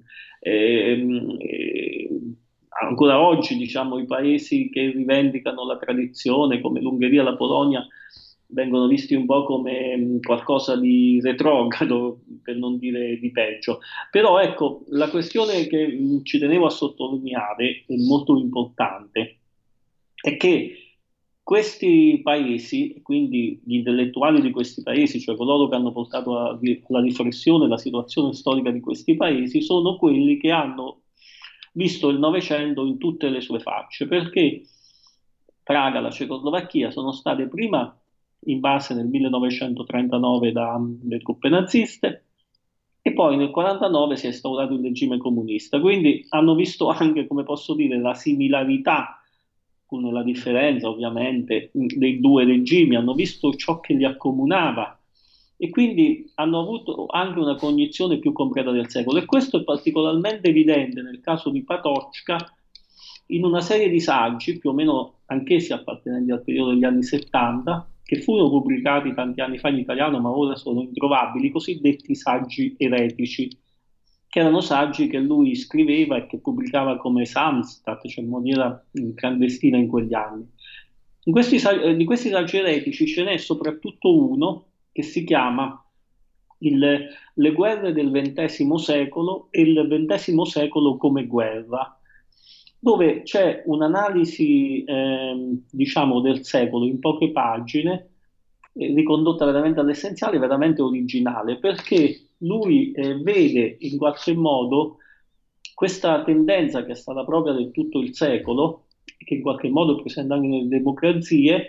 ancora oggi, diciamo, i paesi che rivendicano la tradizione, come l'Ungheria, la Polonia, vengono visti un po' come qualcosa di retrogrado, per non dire di peggio. Però ecco, la questione che ci tenevo a sottolineare, è molto importante, è che questi paesi, quindi gli intellettuali di questi paesi, cioè coloro che hanno portato alla riflessione la situazione storica di questi paesi, sono quelli che hanno visto il Novecento in tutte le sue facce, perché Praga, la Cecoslovacchia sono state prima invase nel 1939 dalle truppe naziste e poi nel 1949 si è instaurato il regime comunista, quindi hanno visto anche, come posso dire, la similarità, pur nella differenza ovviamente, dei due regimi, hanno visto ciò che li accomunava e quindi hanno avuto anche una cognizione più completa del secolo, e questo è particolarmente evidente nel caso di Patočka in una serie di saggi, più o meno anch'essi appartenenti al periodo degli anni 70, che furono pubblicati tanti anni fa in italiano ma ora sono introvabili, i cosiddetti saggi eretici, che erano saggi che lui scriveva e che pubblicava come samizdat, cioè in maniera clandestina in quegli anni. Di questi saggi eretici ce n'è soprattutto uno che si chiama Le guerre del XX secolo e il XX secolo come guerra, dove c'è un'analisi diciamo del secolo in poche pagine, ricondotta veramente all'essenziale, veramente originale, perché lui vede in qualche modo questa tendenza che è stata propria del tutto il secolo, che in qualche modo è presente anche nelle democrazie,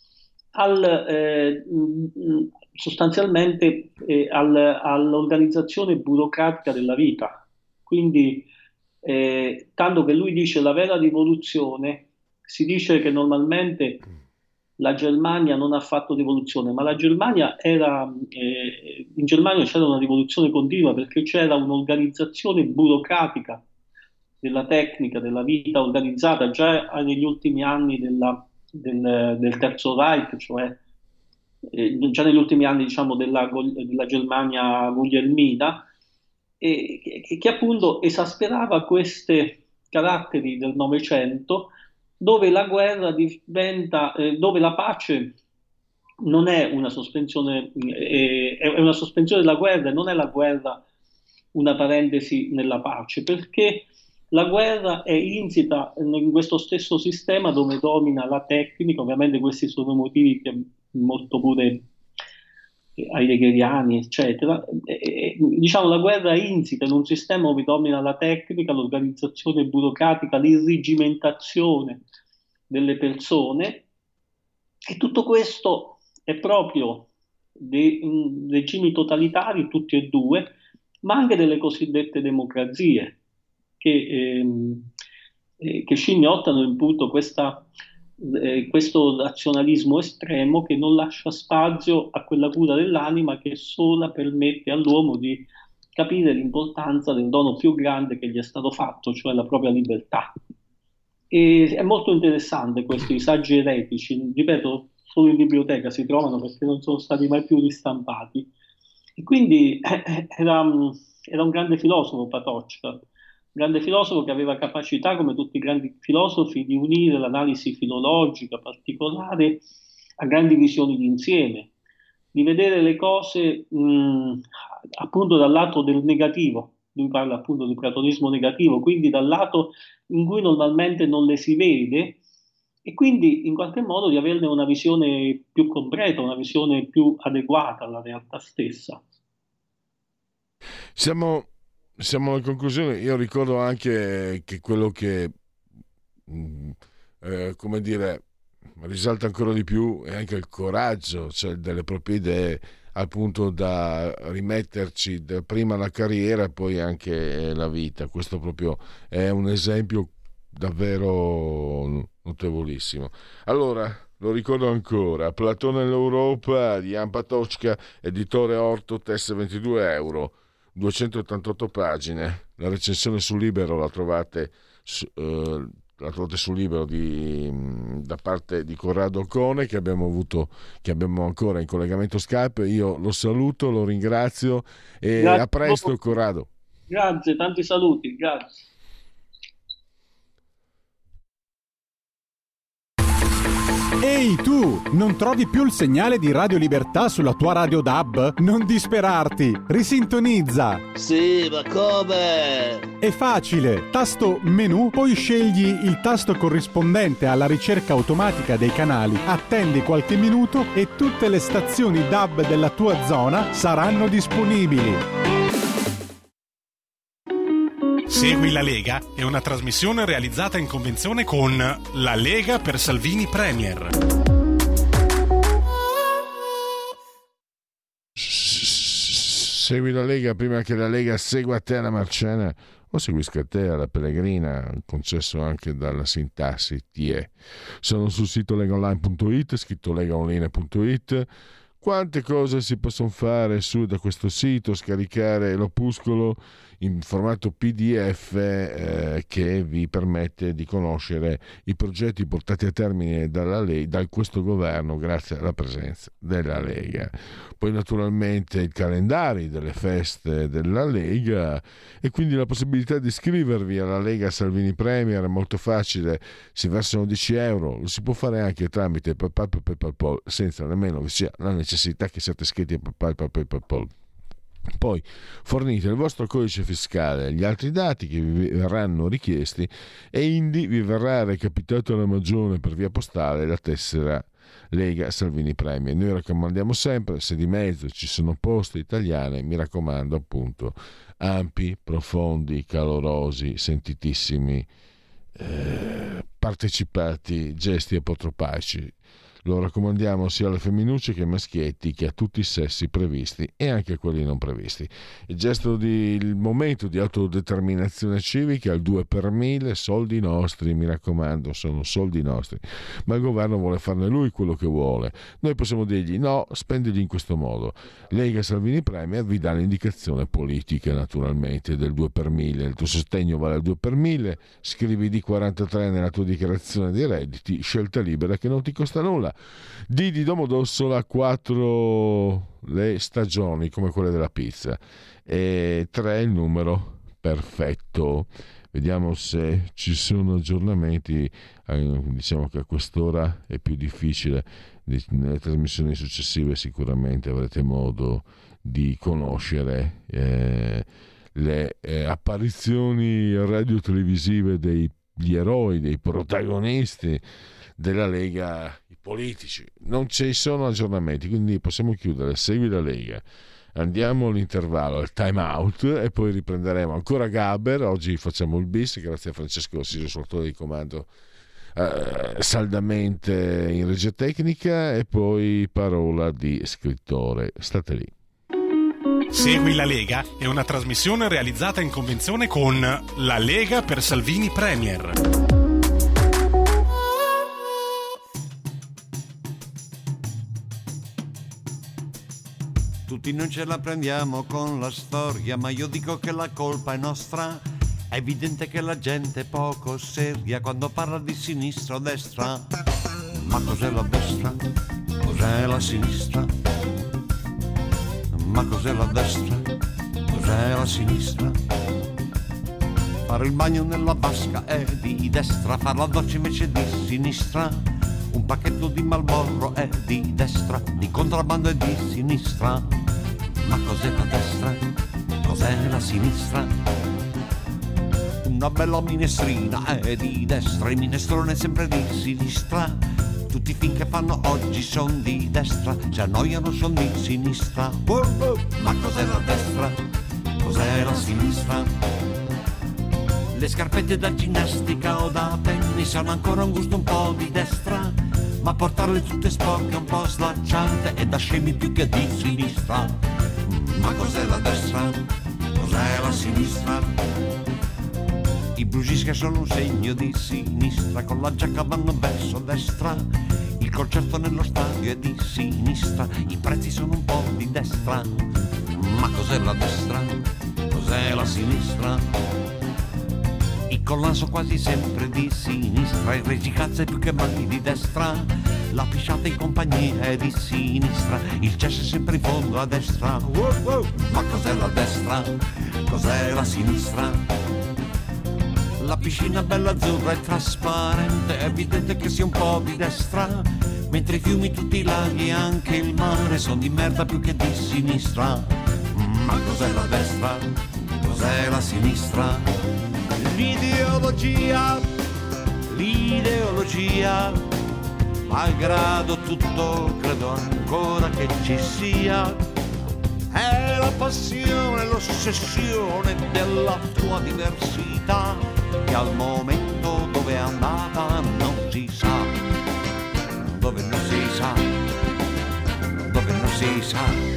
sostanzialmente all'organizzazione burocratica della vita. Quindi, tanto che lui dice la vera rivoluzione, si dice che normalmente la Germania non ha fatto rivoluzione, ma la Germania in Germania c'era una rivoluzione continua perché c'era un'organizzazione burocratica della tecnica, della vita organizzata già negli ultimi anni del Terzo Reich, cioè già negli ultimi anni, diciamo, della Germania guglielmina, che appunto esasperava questi caratteri del Novecento, dove la guerra diventa, dove la pace non è una sospensione, è una sospensione della guerra, non è la guerra una parentesi nella pace, perché la guerra è insita in questo stesso sistema dove domina la tecnica. Ovviamente questi sono motivi che molto pure heideggeriani, eccetera. Diciamo, la guerra è insita in un sistema dove domina la tecnica, l'organizzazione burocratica, l'irrigimentazione delle persone, e tutto questo è proprio dei regimi totalitari, tutti e due, ma anche delle cosiddette democrazie, che scimmiottano appunto questo razionalismo estremo che non lascia spazio a quella cura dell'anima che sola permette all'uomo di capire l'importanza del dono più grande che gli è stato fatto, cioè la propria libertà. E è molto interessante questi saggi eretici, ripeto, solo in biblioteca si trovano perché non sono stati mai più ristampati. E quindi era un grande filosofo Patočka, un grande filosofo che aveva capacità, come tutti i grandi filosofi, di unire l'analisi filologica particolare a grandi visioni d'insieme, di vedere le cose appunto dal lato del negativo. Lui parla appunto di platonismo negativo, quindi dal lato in cui normalmente non le si vede, e quindi in qualche modo di averne una visione più completa, una visione più adeguata alla realtà stessa. Siamo alla conclusione. Io ricordo anche che quello che come dire, risalta ancora di più è anche il coraggio, cioè delle proprie idee, al punto da rimetterci prima la carriera e poi anche la vita. Questo proprio è un esempio davvero notevolissimo. Allora, lo ricordo ancora: Platone nell'Europa di Jan Patočka, editore Orto, test 22 euro, 288 pagine. La recensione su Libero la trovate sul Libero da parte di Corrado Cone, che abbiamo ancora in collegamento Skype. Io lo saluto, lo ringrazio e Grazie. A presto, Corrado. Grazie, tanti saluti, grazie. Ehi tu, non trovi più il segnale di Radio Libertà sulla tua radio DAB? Non disperarti, risintonizza. Sì, ma come? È facile, tasto menu, poi scegli il tasto corrispondente alla ricerca automatica dei canali, attendi qualche minuto e tutte le stazioni DAB della tua zona saranno disponibili. Segui la Lega è una trasmissione realizzata in convenzione con La Lega per Salvini Premier. Segui la Lega prima che la Lega segua te alla Marcena o seguisca te alla Pellegrina, concesso anche dalla sintassi TE. Sono sul sito legaonline.it, scritto legaonline.it. Quante cose si possono fare da questo sito, scaricare l'opuscolo in formato PDF che vi permette di conoscere i progetti portati a termine da questo governo grazie alla presenza della Lega. Poi naturalmente il calendario delle feste della Lega e quindi la possibilità di iscrivervi alla Lega Salvini Premier è molto facile, si versano 10 euro, lo si può fare anche tramite PayPal, senza nemmeno vi sia la necessità che siate iscritti a PayPal. Poi fornite il vostro codice fiscale, gli altri dati che vi verranno richiesti e indi vi verrà recapitata alla Magione per via postale la tessera Lega Salvini Premier. Noi raccomandiamo sempre, se di mezzo ci sono poste italiane, mi raccomando appunto ampi, profondi, calorosi, sentitissimi, partecipati gesti apotropaici. Lo raccomandiamo sia alle femminucce che ai maschietti, che a tutti i sessi previsti e anche a quelli non previsti. Il momento di autodeterminazione civica, il 2 per 1000, soldi nostri, mi raccomando, sono soldi nostri, ma il governo vuole farne lui quello che vuole. Noi possiamo dirgli no, spendili in questo modo. Lega Salvini Premier vi dà l'indicazione politica naturalmente del 2 per 1000, il tuo sostegno vale al 2 per 1000, scrivi D43 nella tua dichiarazione dei redditi, scelta libera che non ti costa nulla. Domodossola. Di Domodossola 4 le stagioni come quelle della pizza e 3 il numero perfetto. Vediamo se ci sono aggiornamenti. Diciamo che a quest'ora è più difficile. Nelle trasmissioni successive sicuramente avrete modo di conoscere le apparizioni radio-televisive degli eroi, dei protagonisti della Lega, i politici. Non ci sono aggiornamenti, quindi possiamo chiudere. Segui la Lega, andiamo all'intervallo, al time out, e poi riprenderemo ancora Gaber. Oggi facciamo il bis grazie a Francesco Assiso, sortore di comando, saldamente in regia tecnica, e poi parola di scrittore. State lì. Segui la Lega è una trasmissione realizzata in convenzione con La Lega per Salvini Premier. Tutti non ce la prendiamo con la storia, ma io dico che la colpa è nostra. È evidente che la gente è poco seria quando parla di sinistra o destra. Ma cos'è la destra? Cos'è la sinistra? Ma cos'è la destra? Cos'è la sinistra? Fare il bagno nella vasca è di destra, far la doccia invece di sinistra. Un pacchetto di Marlboro è di destra, di contrabbando è di sinistra. Ma cos'è la destra? Cos'è la sinistra? Una bella minestrina è di destra, il minestrone è sempre di sinistra. Tutti i film che fanno oggi son di destra, se annoiano son di sinistra. Ma cos'è la destra? Cos'è la sinistra? Le scarpette da ginnastica o da tennis hanno ancora un gusto un po' di destra, ma portarle tutte sporche un po' slacciate è da scemi più che di sinistra. Ma cos'è la destra? Cos'è la sinistra? I blues che sono un segno di sinistra, con la giacca vanno verso destra. Il concerto nello stadio è di sinistra, i prezzi sono un po' di destra. Ma cos'è la destra? Cos'è la sinistra? I collan sono quasi sempre di sinistra, il regicazzo è più che mai di destra. La pisciata in compagnia è di sinistra, il cesso è sempre in fondo a destra. Ma cos'è la destra? Cos'è la sinistra? La piscina bella azzurra e trasparente, è evidente che sia un po' di destra. Mentre i fiumi, tutti i laghi e anche il mare sono di merda più che di sinistra. Ma cos'è la destra? Cos'è la sinistra? L'ideologia, l'ideologia, malgrado tutto credo ancora che ci sia. È la passione, l'ossessione della tua diversità, che al momento dove è andata non si sa, dove non si sa, dove non si sa.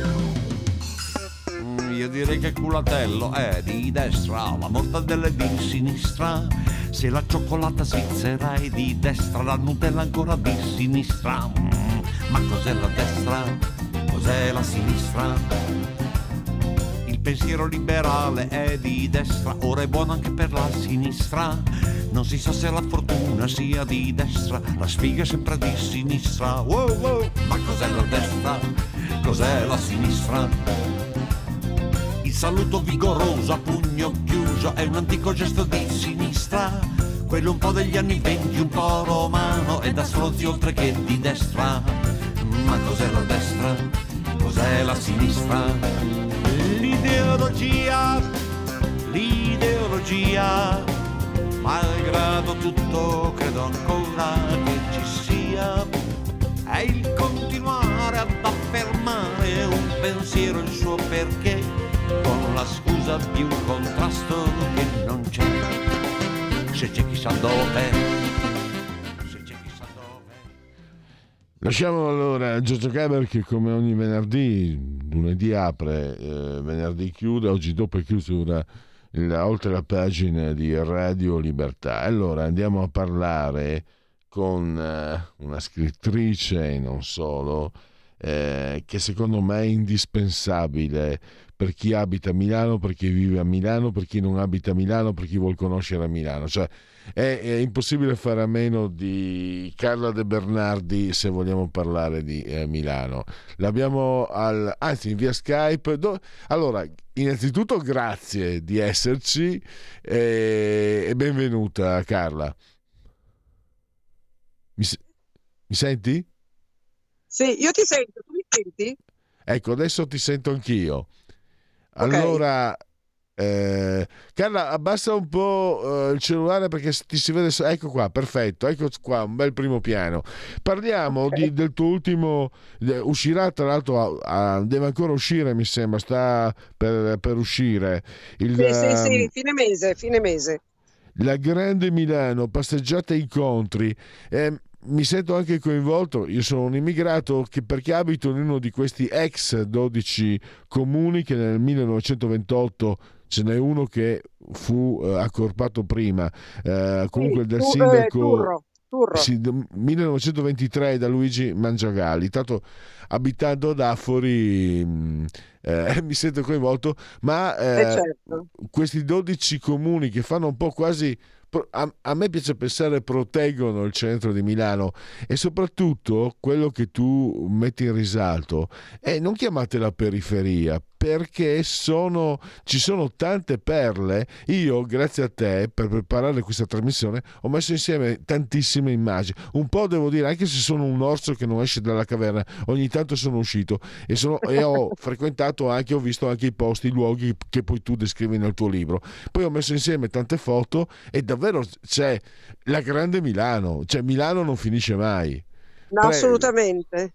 Io direi che il culatello è di destra, la mortadella è di sinistra. Se la cioccolata svizzera è di destra, la Nutella ancora di sinistra. Ma cos'è la destra? Cos'è la sinistra? Il pensiero liberale è di destra, ora è buono anche per la sinistra. Non si sa se la fortuna sia di destra, la sfiga è sempre di sinistra. Ma cos'è la destra? Cos'è la sinistra? Il saluto vigoroso a pugno chiuso è un antico gesto di sinistra, quello un po' degli anni 20, un po' romano e da stronzi oltre che di destra. Ma cos'è la destra? Cos'è la sinistra? L'ideologia, l'ideologia, malgrado tutto credo ancora che ci sia. È il continuare ad affermare un pensiero, il suo perché, con la scusa di un contrasto che non c'è. Se c'è chissà dove, se c'è chissà dove. Lasciamo allora Giorgio Gaber, che come ogni venerdì, lunedì apre, venerdì chiude. Oggi dopo è chiusura oltre la pagina di Radio Libertà. Allora andiamo a parlare con una scrittrice e non solo, che secondo me è indispensabile per chi abita a Milano, per chi vive a Milano, per chi non abita a Milano, per chi vuol conoscere a Milano. Cioè è impossibile fare a meno di Carla De Bernardi se vogliamo parlare di Milano. L'abbiamo anzi via Skype. Allora, innanzitutto grazie di esserci e benvenuta Carla. Mi senti? Sì, io ti sento, tu mi senti? Ecco, adesso ti sento anch'io. Allora, Carla, abbassa un po' il cellulare perché ti si vede. Ecco qua, perfetto, ecco qua, un bel primo piano. Parliamo del tuo ultimo. Uscirà, tra l'altro, deve ancora uscire, mi sembra, sta per uscire. Sì, fine mese. La Grande Milano, passeggiate e incontri. Mi sento anche coinvolto, io sono un immigrato perché abito in uno di questi ex 12 comuni che nel 1928 ce n'è uno che fu accorpato prima, comunque del sindaco Turro. Sì, 1923 da Luigi Mangiagalli. Tanto abitando ad Afori mi sento coinvolto, ma certo. questi 12 comuni che fanno un po' quasi, a me piace pensare, proteggono il centro di Milano, e soprattutto quello che tu metti in risalto è: non chiamatela periferia, perché ci sono tante perle. Io, grazie a te, per preparare questa trasmissione ho messo insieme tantissime immagini, un po' devo dire, anche se sono un orso che non esce dalla caverna, ogni tanto sono uscito e ho frequentato anche, ho visto anche i posti, i luoghi che poi tu descrivi nel tuo libro. Poi ho messo insieme tante foto e davvero c'è la Grande Milano, cioè Milano non finisce mai. No, assolutamente.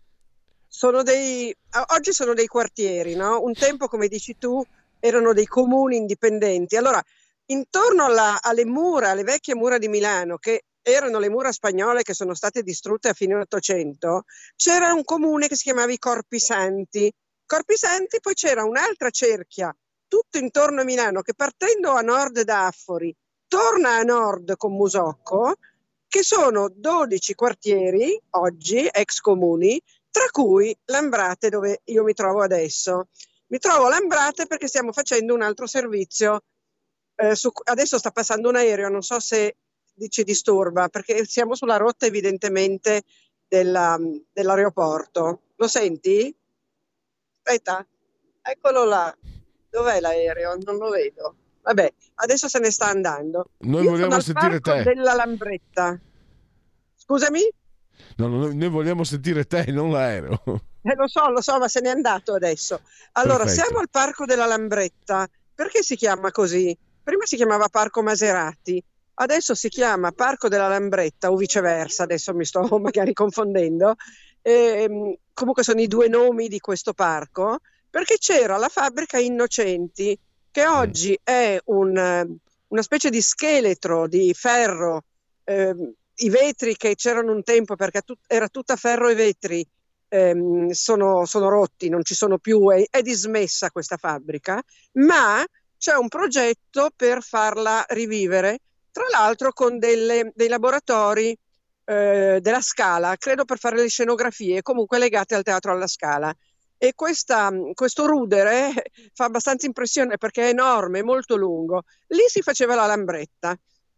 Oggi sono dei quartieri, no? Un tempo, come dici tu, erano dei comuni indipendenti. Allora, intorno alle mura, alle vecchie mura di Milano, che erano le mura spagnole che sono state distrutte a fine Ottocento, c'era un comune che si chiamava i Corpi Santi. Poi c'era un'altra cerchia tutto intorno a Milano che, partendo a nord da Affori, torna a nord con Musocco, che sono 12 quartieri oggi, ex comuni, tra cui Lambrate, dove io mi trovo adesso. Mi trovo a Lambrate perché stiamo facendo un altro servizio. Adesso sta passando un aereo, non so se ci disturba, perché siamo sulla rotta evidentemente dell'aeroporto. Lo senti? Aspetta, eccolo là. Dov'è l'aereo? Non lo vedo. Vabbè, adesso se ne sta andando. Noi Io vogliamo sono sentire al parco te. della Lambretta. Scusami? No, noi vogliamo sentire te, non l'aereo. Lo so, ma se n'è andato adesso. Allora, Perfetto. siamo al Parco della Lambretta. Perché si chiama così? Prima si chiamava Parco Maserati, adesso si chiama Parco della Lambretta, o viceversa, adesso mi sto magari confondendo. Comunque sono i due nomi di questo parco, perché c'era la fabbrica Innocenti, che oggi è una specie di scheletro di ferro. I vetri che c'erano un tempo, perché era tutta ferro e vetri, sono rotti, non ci sono più, è dismessa questa fabbrica, ma c'è un progetto per farla rivivere, tra l'altro con dei laboratori della Scala, credo per fare le scenografie, comunque legate al Teatro alla Scala. E questo rudere fa abbastanza impressione perché è enorme, molto lungo. Lì si faceva la Lambretta.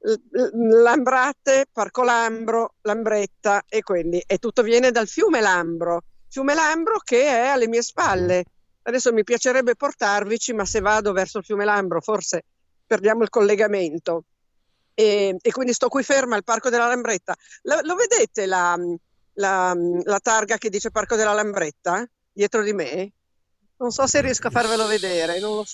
Lambrate, Parco Lambro, Lambretta, e quindi tutto viene dal fiume Lambro che è alle mie spalle. Adesso mi piacerebbe portarvici, ma se vado verso il fiume Lambro forse perdiamo il collegamento, e quindi sto qui ferma al Parco della Lambretta. Lo vedete la targa che dice Parco della Lambretta dietro di me? Non so se riesco a farvelo vedere, non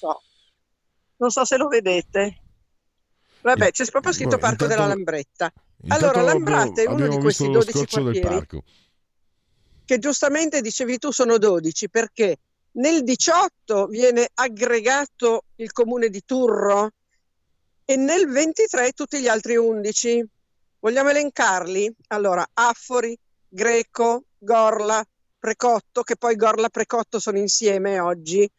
so se lo vedete. Vabbè, c'è proprio scritto Parco della Lambretta. Allora, Lambrate è uno di questi 12 quartieri che giustamente dicevi tu sono 12, perché nel 18 viene aggregato il comune di Turro e nel 23 tutti gli altri 11. Vogliamo elencarli? Allora, Affori, Greco, Gorla, Precotto, che poi Gorla e Precotto sono insieme oggi,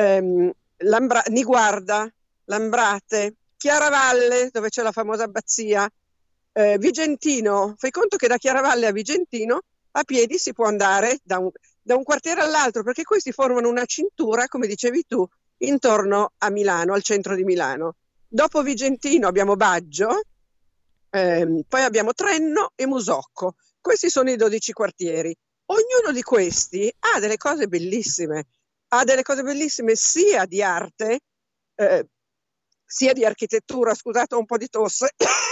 Niguarda, Lambrate, Chiaravalle, dove c'è la famosa abbazia, Vigentino. Fai conto che da Chiaravalle a Vigentino a piedi si può andare da da un quartiere all'altro, perché questi formano una cintura, come dicevi tu, intorno a Milano, al centro di Milano. Dopo Vigentino abbiamo Baggio, poi abbiamo Trenno e Musocco. Questi sono i 12 quartieri. Ognuno di questi ha delle cose bellissime sia di arte, sia di architettura, scusate, ho un po' di tosse,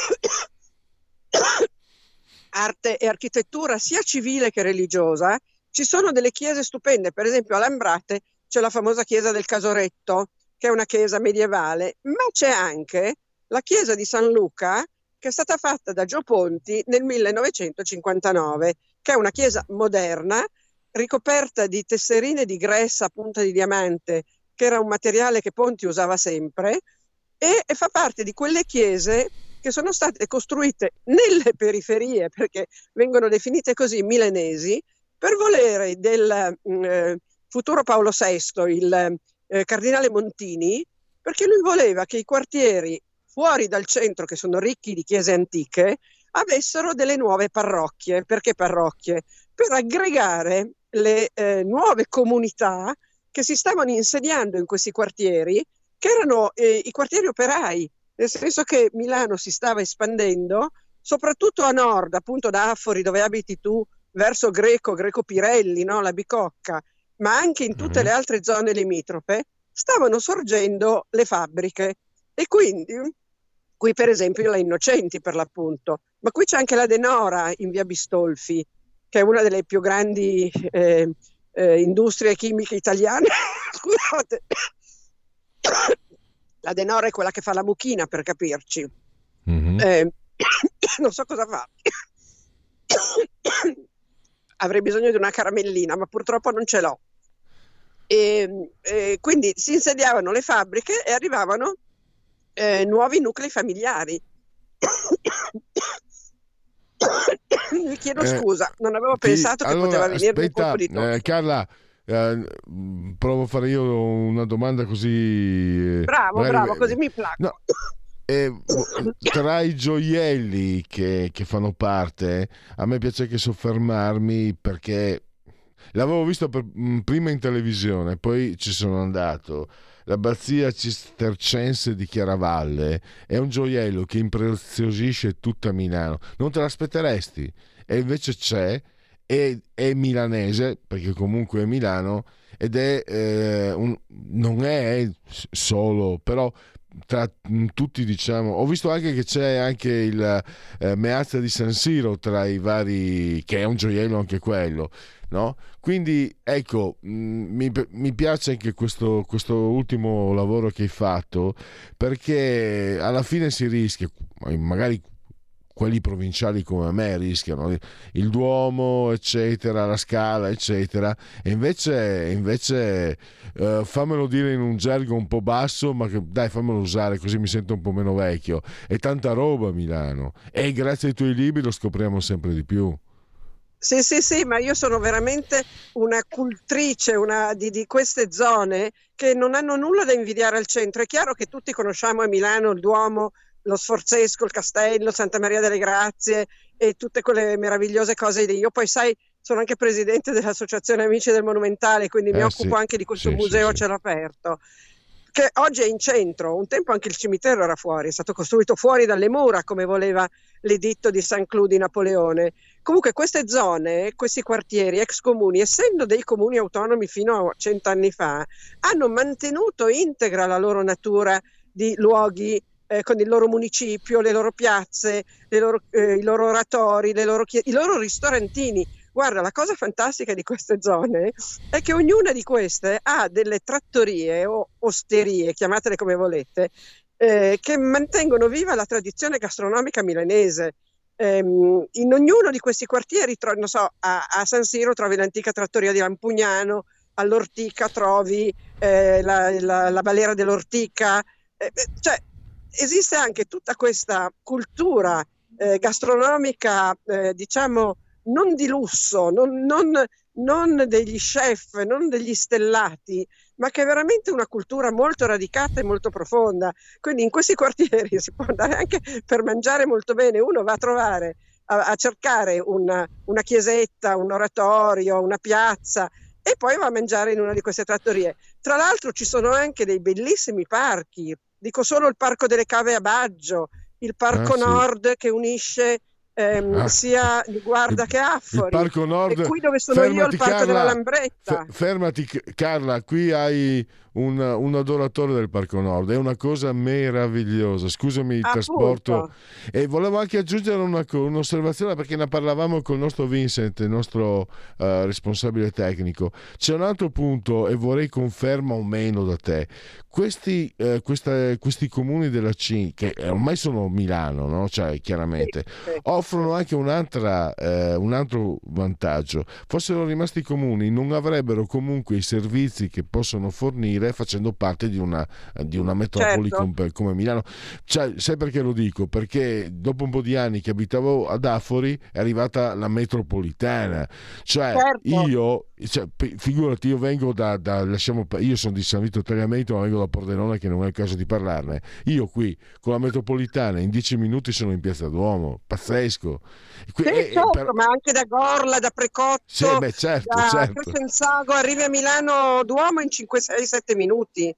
arte e architettura sia civile che religiosa. Ci sono delle chiese stupende, per esempio a Lambrate c'è la famosa chiesa del Casoretto, che è una chiesa medievale, ma c'è anche la chiesa di San Luca, che è stata fatta da Gio Ponti nel 1959, che è una chiesa moderna, ricoperta di tesserine di gressa a punta di diamante, che era un materiale che Ponti usava sempre, e fa parte di quelle chiese che sono state costruite nelle periferie, perché vengono definite così milanesi, per volere del futuro Paolo VI, il cardinale Montini, perché lui voleva che i quartieri fuori dal centro, che sono ricchi di chiese antiche, avessero delle nuove parrocchie. Perché parrocchie? Per aggregare le nuove comunità che si stavano insediando in questi quartieri, che erano i quartieri operai, nel senso che Milano si stava espandendo, soprattutto a nord, appunto da Affori, dove abiti tu, verso Greco Pirelli, no? La Bicocca, ma anche in tutte le altre zone limitrofe, stavano sorgendo le fabbriche. E quindi, qui per esempio la Innocenti per l'appunto, ma qui c'è anche la De Nora in via Bistolfi, che è una delle più grandi industrie chimiche italiane. Scusate, la De Nora è quella che fa la mucchina, per capirci. Non so cosa fa. Avrei bisogno di una caramellina, ma purtroppo non ce l'ho. E quindi si insediavano le fabbriche e arrivavano nuovi nuclei familiari. Mi chiedo scusa, non avevo pensato che poteva venire un colpo di tosse. Carla, provo a fare io una domanda così. Bravo, così mi placco. No. Tra i gioielli che fanno parte, a me piace anche soffermarmi, perché l'avevo visto prima in televisione, poi ci sono andato. L'abbazia cistercense di Chiaravalle è un gioiello che impreziosisce tutta Milano, non te l'aspetteresti, e invece c'è, è milanese, perché comunque è Milano, ed è non è solo, però tra tutti, diciamo, ho visto anche che c'è anche il Meazza di San Siro tra i vari, che è un gioiello anche quello, no? Quindi ecco, mi piace anche questo ultimo lavoro che hai fatto, perché alla fine si rischia, magari quelli provinciali come me rischiano il Duomo, eccetera, la Scala, eccetera, e invece fammelo dire in un gergo un po' basso, ma che dai, fammelo usare così mi sento un po' meno vecchio. È tanta roba a Milano, e grazie ai tuoi libri lo scopriamo sempre di più. Sì, ma io sono veramente una cultrice di queste zone che non hanno nulla da invidiare al centro. È chiaro che tutti conosciamo a Milano il Duomo, lo Sforzesco, il Castello, Santa Maria delle Grazie e tutte quelle meravigliose cose lì. Io poi, sai, sono anche presidente dell'Associazione Amici del Monumentale, quindi mi occupo anche di questo museo a cielo aperto, che oggi è in centro. Un tempo anche il cimitero era fuori, è stato costruito fuori dalle mura, come voleva l'editto di Saint-Cloud di Napoleone. Comunque queste zone, questi quartieri ex comuni, essendo dei comuni autonomi fino a 100 anni fa, hanno mantenuto integra la loro natura di luoghi con il loro municipio, le loro piazze, i loro oratori, i loro ristorantini. Guarda, la cosa fantastica di queste zone è che ognuna di queste ha delle trattorie o osterie, chiamatele come volete, che mantengono viva la tradizione gastronomica milanese. In ognuno di questi quartieri, non so, a San Siro trovi l'antica trattoria di Lampugnano, all'Ortica trovi la Balera dell'Ortica, cioè esiste anche tutta questa cultura gastronomica, diciamo, non di lusso, non degli chef, non degli stellati, ma che è veramente una cultura molto radicata e molto profonda. Quindi in questi quartieri si può andare anche per mangiare molto bene. Uno va a trovare, a cercare una chiesetta, un oratorio, una piazza, e poi va a mangiare in una di queste trattorie. Tra l'altro ci sono anche dei bellissimi parchi, dico solo il Parco delle Cave a Baggio, il Parco Nord che unisce sia Guarda che Affori, il Parco Nord, e qui dove sono io il Parco Carla, della Lambretta. Fermati Carla, qui hai un adoratore del Parco Nord, è una cosa meravigliosa, scusami il trasporto, e volevo anche aggiungere un'osservazione, perché ne parlavamo con il nostro Vincent, il nostro responsabile tecnico. C'è un altro punto, e vorrei conferma o meno da te. Questi comuni della C, che ormai sono Milano, no? Cioè, chiaramente offrono anche un altro vantaggio. Fossero rimasti comuni, non avrebbero comunque i servizi che possono fornire facendo parte di una metropoli come Milano. Cioè, sai perché lo dico? Perché dopo un po' di anni che abitavo ad Affori è arrivata la metropolitana. Cioè, figurati, io vengo io sono di San Vito Tagliamento, ma vengo da Pordenone, che non è il caso di parlarne. Io qui con la metropolitana in 10 minuti sono in Piazza Duomo, pazzesco. Ma anche da Gorla, da Precotto, da Crescenzago arrivi a Milano Duomo in 5, 6, 7 minuti,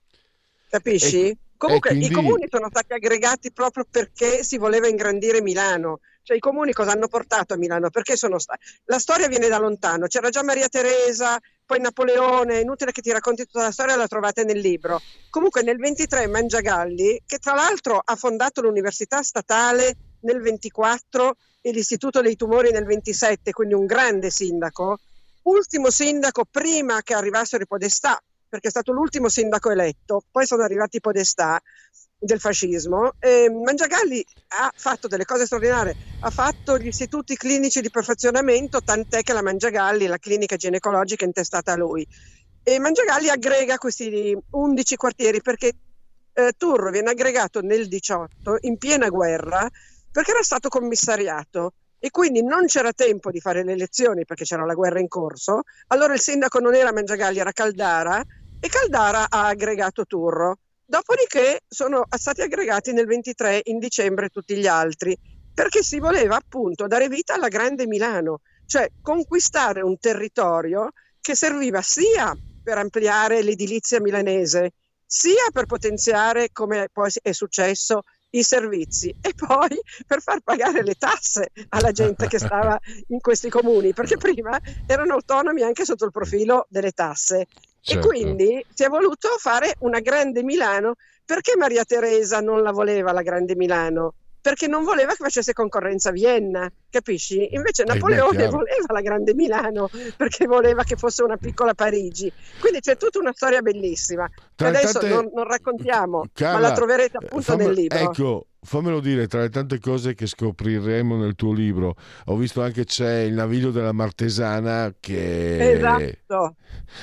capisci? Comunque quindi... i comuni sono stati aggregati proprio perché si voleva ingrandire Milano. Cioè, i comuni cosa hanno portato a Milano? Perché sono stati... La storia viene da lontano, c'era già Maria Teresa, poi Napoleone, è inutile che ti racconti tutta la storia, la trovate nel libro. Comunque nel 23 Mangiagalli, che tra l'altro ha fondato l'Università Statale nel 24 e l'Istituto dei Tumori nel 27, quindi un grande sindaco, ultimo sindaco prima che arrivassero i podestà, perché è stato l'ultimo sindaco eletto, poi sono arrivati i podestà del fascismo. Mangiagalli ha fatto delle cose straordinarie, ha fatto gli istituti clinici di perfezionamento, tant'è che la Mangiagalli, la clinica ginecologica, è intestata a lui. E Mangiagalli aggrega questi 11 quartieri, perché Turro viene aggregato nel 18 in piena guerra, perché era stato commissariato e quindi non c'era tempo di fare le elezioni perché c'era la guerra in corso. Allora il sindaco non era Mangiagalli, era Caldara, e Caldara ha aggregato Turro. Dopodiché sono stati aggregati nel 23 in dicembre tutti gli altri, perché si voleva appunto dare vita alla grande Milano, cioè conquistare un territorio che serviva sia per ampliare l'edilizia milanese, sia per potenziare, come poi è successo, i servizi, e poi per far pagare le tasse alla gente che stava in questi comuni, perché prima erano autonomi anche sotto il profilo delle tasse. Certo. E quindi si è voluto fare una grande Milano. Perché Maria Teresa non la voleva la grande Milano? Perché non voleva che facesse concorrenza a Vienna, capisci? Invece Napoleone voleva la grande Milano, perché voleva che fosse una piccola Parigi. Quindi c'è tutta una storia bellissima che adesso non raccontiamo, Carla, ma la troverete appunto nel libro. Ecco, fammelo dire, tra le tante cose che scopriremo nel tuo libro, ho visto anche c'è il Naviglio della Martesana, che esatto,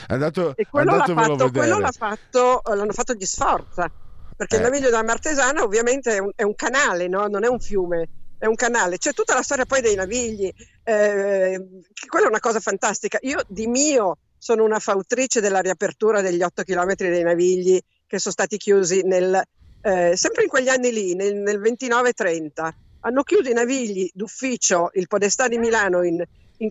e quello l'hanno fatto gli Sforza, perché il Naviglio della Martesana ovviamente è un canale, no? Non è un fiume, è un canale. C'è tutta la storia poi dei navigli, che quella è una cosa fantastica. Io di mio sono una fautrice della riapertura degli 8 chilometri dei navigli che sono stati chiusi sempre in quegli anni lì, nel 29-30. Hanno chiuso i navigli d'ufficio, il Podestà di Milano in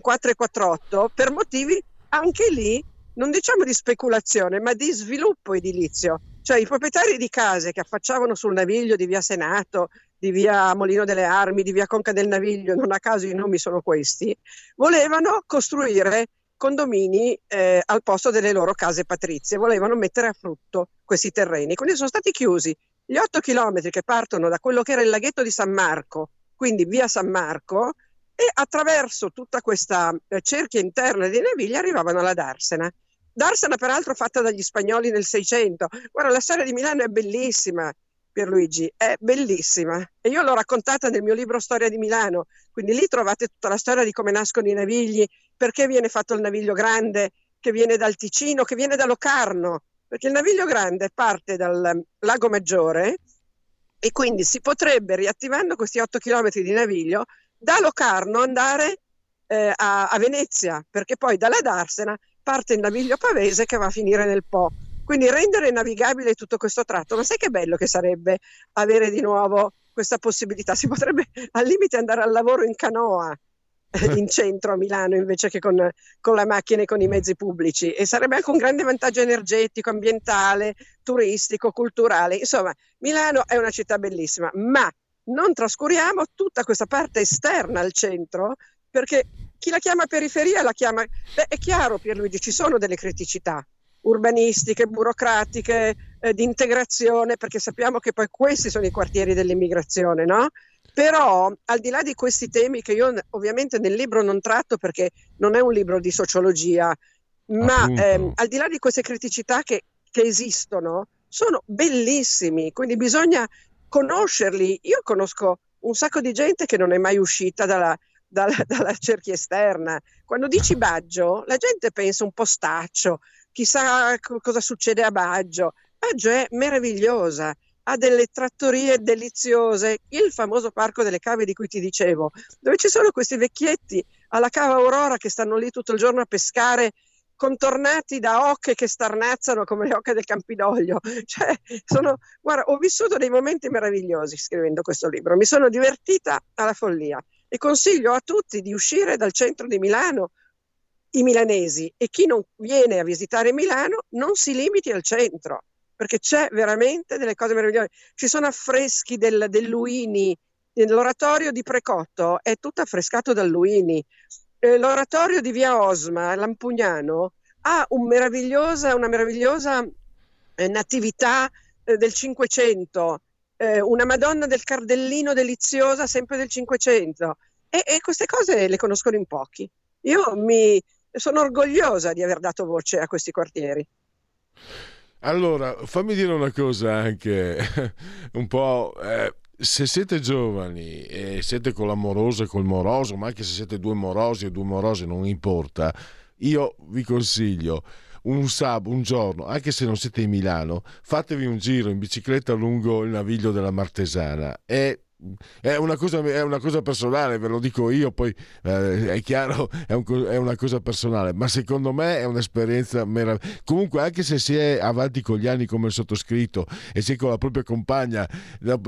448, per motivi anche lì, non diciamo di speculazione, ma di sviluppo edilizio. Cioè i proprietari di case che affacciavano sul Naviglio di via Senato, di via Molino delle Armi, di via Conca del Naviglio, non a caso i nomi sono questi, volevano costruire condomini al posto delle loro case patrizie, volevano mettere a frutto questi terreni. Quindi sono stati chiusi gli 8 chilometri che partono da quello che era il laghetto di San Marco, quindi via San Marco, e attraverso tutta questa cerchia interna dei navigli arrivavano alla Darsena. Darsena peraltro fatta dagli spagnoli nel 600. Guarda, la storia di Milano è bellissima, Pierluigi, è bellissima. E io l'ho raccontata nel mio libro Storia di Milano, quindi lì trovate tutta la storia di come nascono i navigli, perché viene fatto il Naviglio Grande, che viene dal Ticino, che viene da Locarno, perché il Naviglio Grande parte dal Lago Maggiore e quindi si potrebbe, riattivando questi 8 chilometri di naviglio, da Locarno andare a Venezia, perché poi dalla Darsena parte il naviglio pavese che va a finire nel Po. Quindi rendere navigabile tutto questo tratto. Ma sai che bello che sarebbe avere di nuovo questa possibilità? Si potrebbe al limite andare al lavoro in canoa, in centro a Milano invece che con la macchina e con i mezzi pubblici, e sarebbe anche un grande vantaggio energetico, ambientale, turistico, culturale. Insomma, Milano è una città bellissima, ma non trascuriamo tutta questa parte esterna al centro, perché chi la chiama periferia la chiama... è chiaro, Pierluigi, ci sono delle criticità urbanistiche, burocratiche, di integrazione, perché sappiamo che poi questi sono i quartieri dell'immigrazione, no? Però al di là di questi temi, che io ovviamente nel libro non tratto perché non è un libro di sociologia, ma al di là di queste criticità che esistono, sono bellissimi, quindi bisogna conoscerli. Io conosco un sacco di gente che non è mai uscita dalla cerchia esterna. Quando dici Baggio, la gente pensa un postaccio, chissà cosa succede a Baggio. Baggio è meravigliosa, ha delle trattorie deliziose, il famoso Parco delle Cave di cui ti dicevo, dove ci sono questi vecchietti alla Cava Aurora che stanno lì tutto il giorno a pescare, contornati da oche che starnazzano come le oche del Campidoglio. Cioè, guarda, ho vissuto dei momenti meravigliosi scrivendo questo libro, mi sono divertita alla follia e consiglio a tutti di uscire dal centro di Milano, i milanesi, e chi non viene a visitare Milano non si limiti al centro, perché c'è veramente delle cose meravigliose. Ci sono affreschi del Luini, l'oratorio di Precotto è tutto affrescato dal Luini. L'oratorio di Via Osma, Lampugnano, ha una meravigliosa natività del Cinquecento, una Madonna del Cardellino deliziosa sempre del Cinquecento, e queste cose le conoscono in pochi. Io sono orgogliosa di aver dato voce a questi quartieri. Allora, fammi dire una cosa anche un po'... se siete giovani e siete con l'amoroso e col moroso, ma anche se siete due morosi o due morose, non importa, io vi consiglio un giorno, anche se non siete in Milano, fatevi un giro in bicicletta lungo il Naviglio della Martesana. È una cosa personale, ve lo dico io, poi è chiaro, è una cosa personale, ma secondo me è un'esperienza meravigliosa. Comunque, anche se si è avanti con gli anni come il sottoscritto e si è con la propria compagna da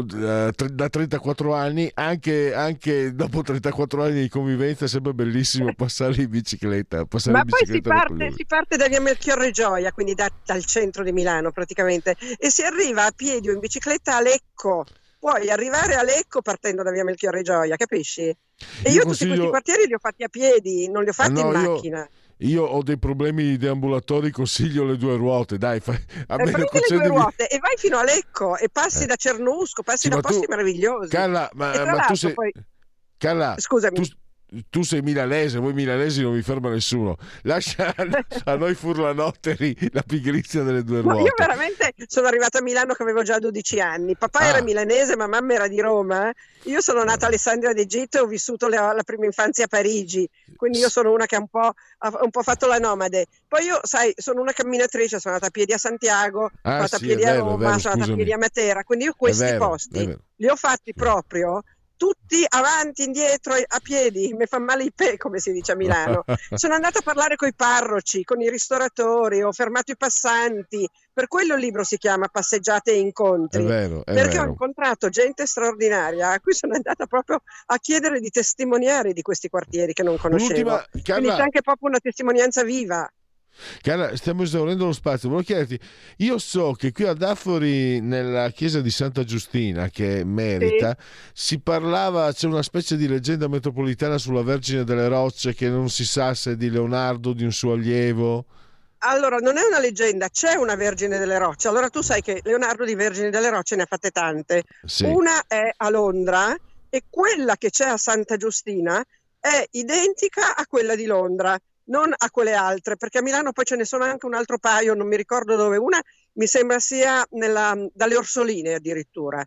34 anni, anche dopo 34 anni di convivenza è sempre bellissimo passare in bicicletta. Ma poi si parte da via Melchiorre Gioia, quindi dal centro di Milano praticamente, e si arriva a piedi o in bicicletta a Lecco. Puoi arrivare a Lecco partendo da via Melchiorre Gioia, capisci? E io tutti questi quartieri li ho fatti a piedi, non li ho fatti in macchina. Io ho dei problemi di deambulatori, consiglio le due ruote, dai, prendi le due ruote e vai fino a Lecco e passi da Cernusco, passi da posti meravigliosi. Carla, ma tu sei... Poi... Carla, scusami. Tu sei milanese, voi milanesi non vi ferma nessuno. Lascia a noi furlanotteri la pigrizia delle due ruote. Io veramente sono arrivata a Milano che avevo già 12 anni. Papà era milanese, ma mamma era di Roma. Io sono nata a Alessandria d'Egitto e ho vissuto la prima infanzia a Parigi. Quindi io sono una che ha un po' fatto la nomade. Poi io, sai, sono una camminatrice, sono andata a piedi a Santiago, sono andata a piedi a Roma, sono andata a piedi a Matera. Quindi io questi posti li ho fatti proprio tutti avanti, indietro, a piedi, mi fa male i pe, come si dice a Milano. Sono andata a parlare con i parroci, con i ristoratori, ho fermato i passanti, per quello il libro si chiama Passeggiate e incontri, perché ho incontrato gente straordinaria a cui sono andata proprio a chiedere di testimoniare di questi quartieri che non conoscevo. Quindi c'è anche proprio una testimonianza viva. Cara, stiamo esaurendo lo spazio. Volevo chiederti, io so che qui ad Afori, nella chiesa di Santa Giustina, che merita, si parlava, c'è una specie di leggenda metropolitana sulla Vergine delle Rocce, che non si sa se è di Leonardo, di un suo allievo. Allora, non è una leggenda, c'è una Vergine delle Rocce. Allora tu sai che Leonardo di Vergini delle Rocce ne ha fatte tante. Sì. Una è a Londra e quella che c'è a Santa Giustina è identica a quella di Londra, non a quelle altre, perché a Milano poi ce ne sono anche un altro paio, non mi ricordo dove. Una mi sembra sia dalle Orsoline addirittura.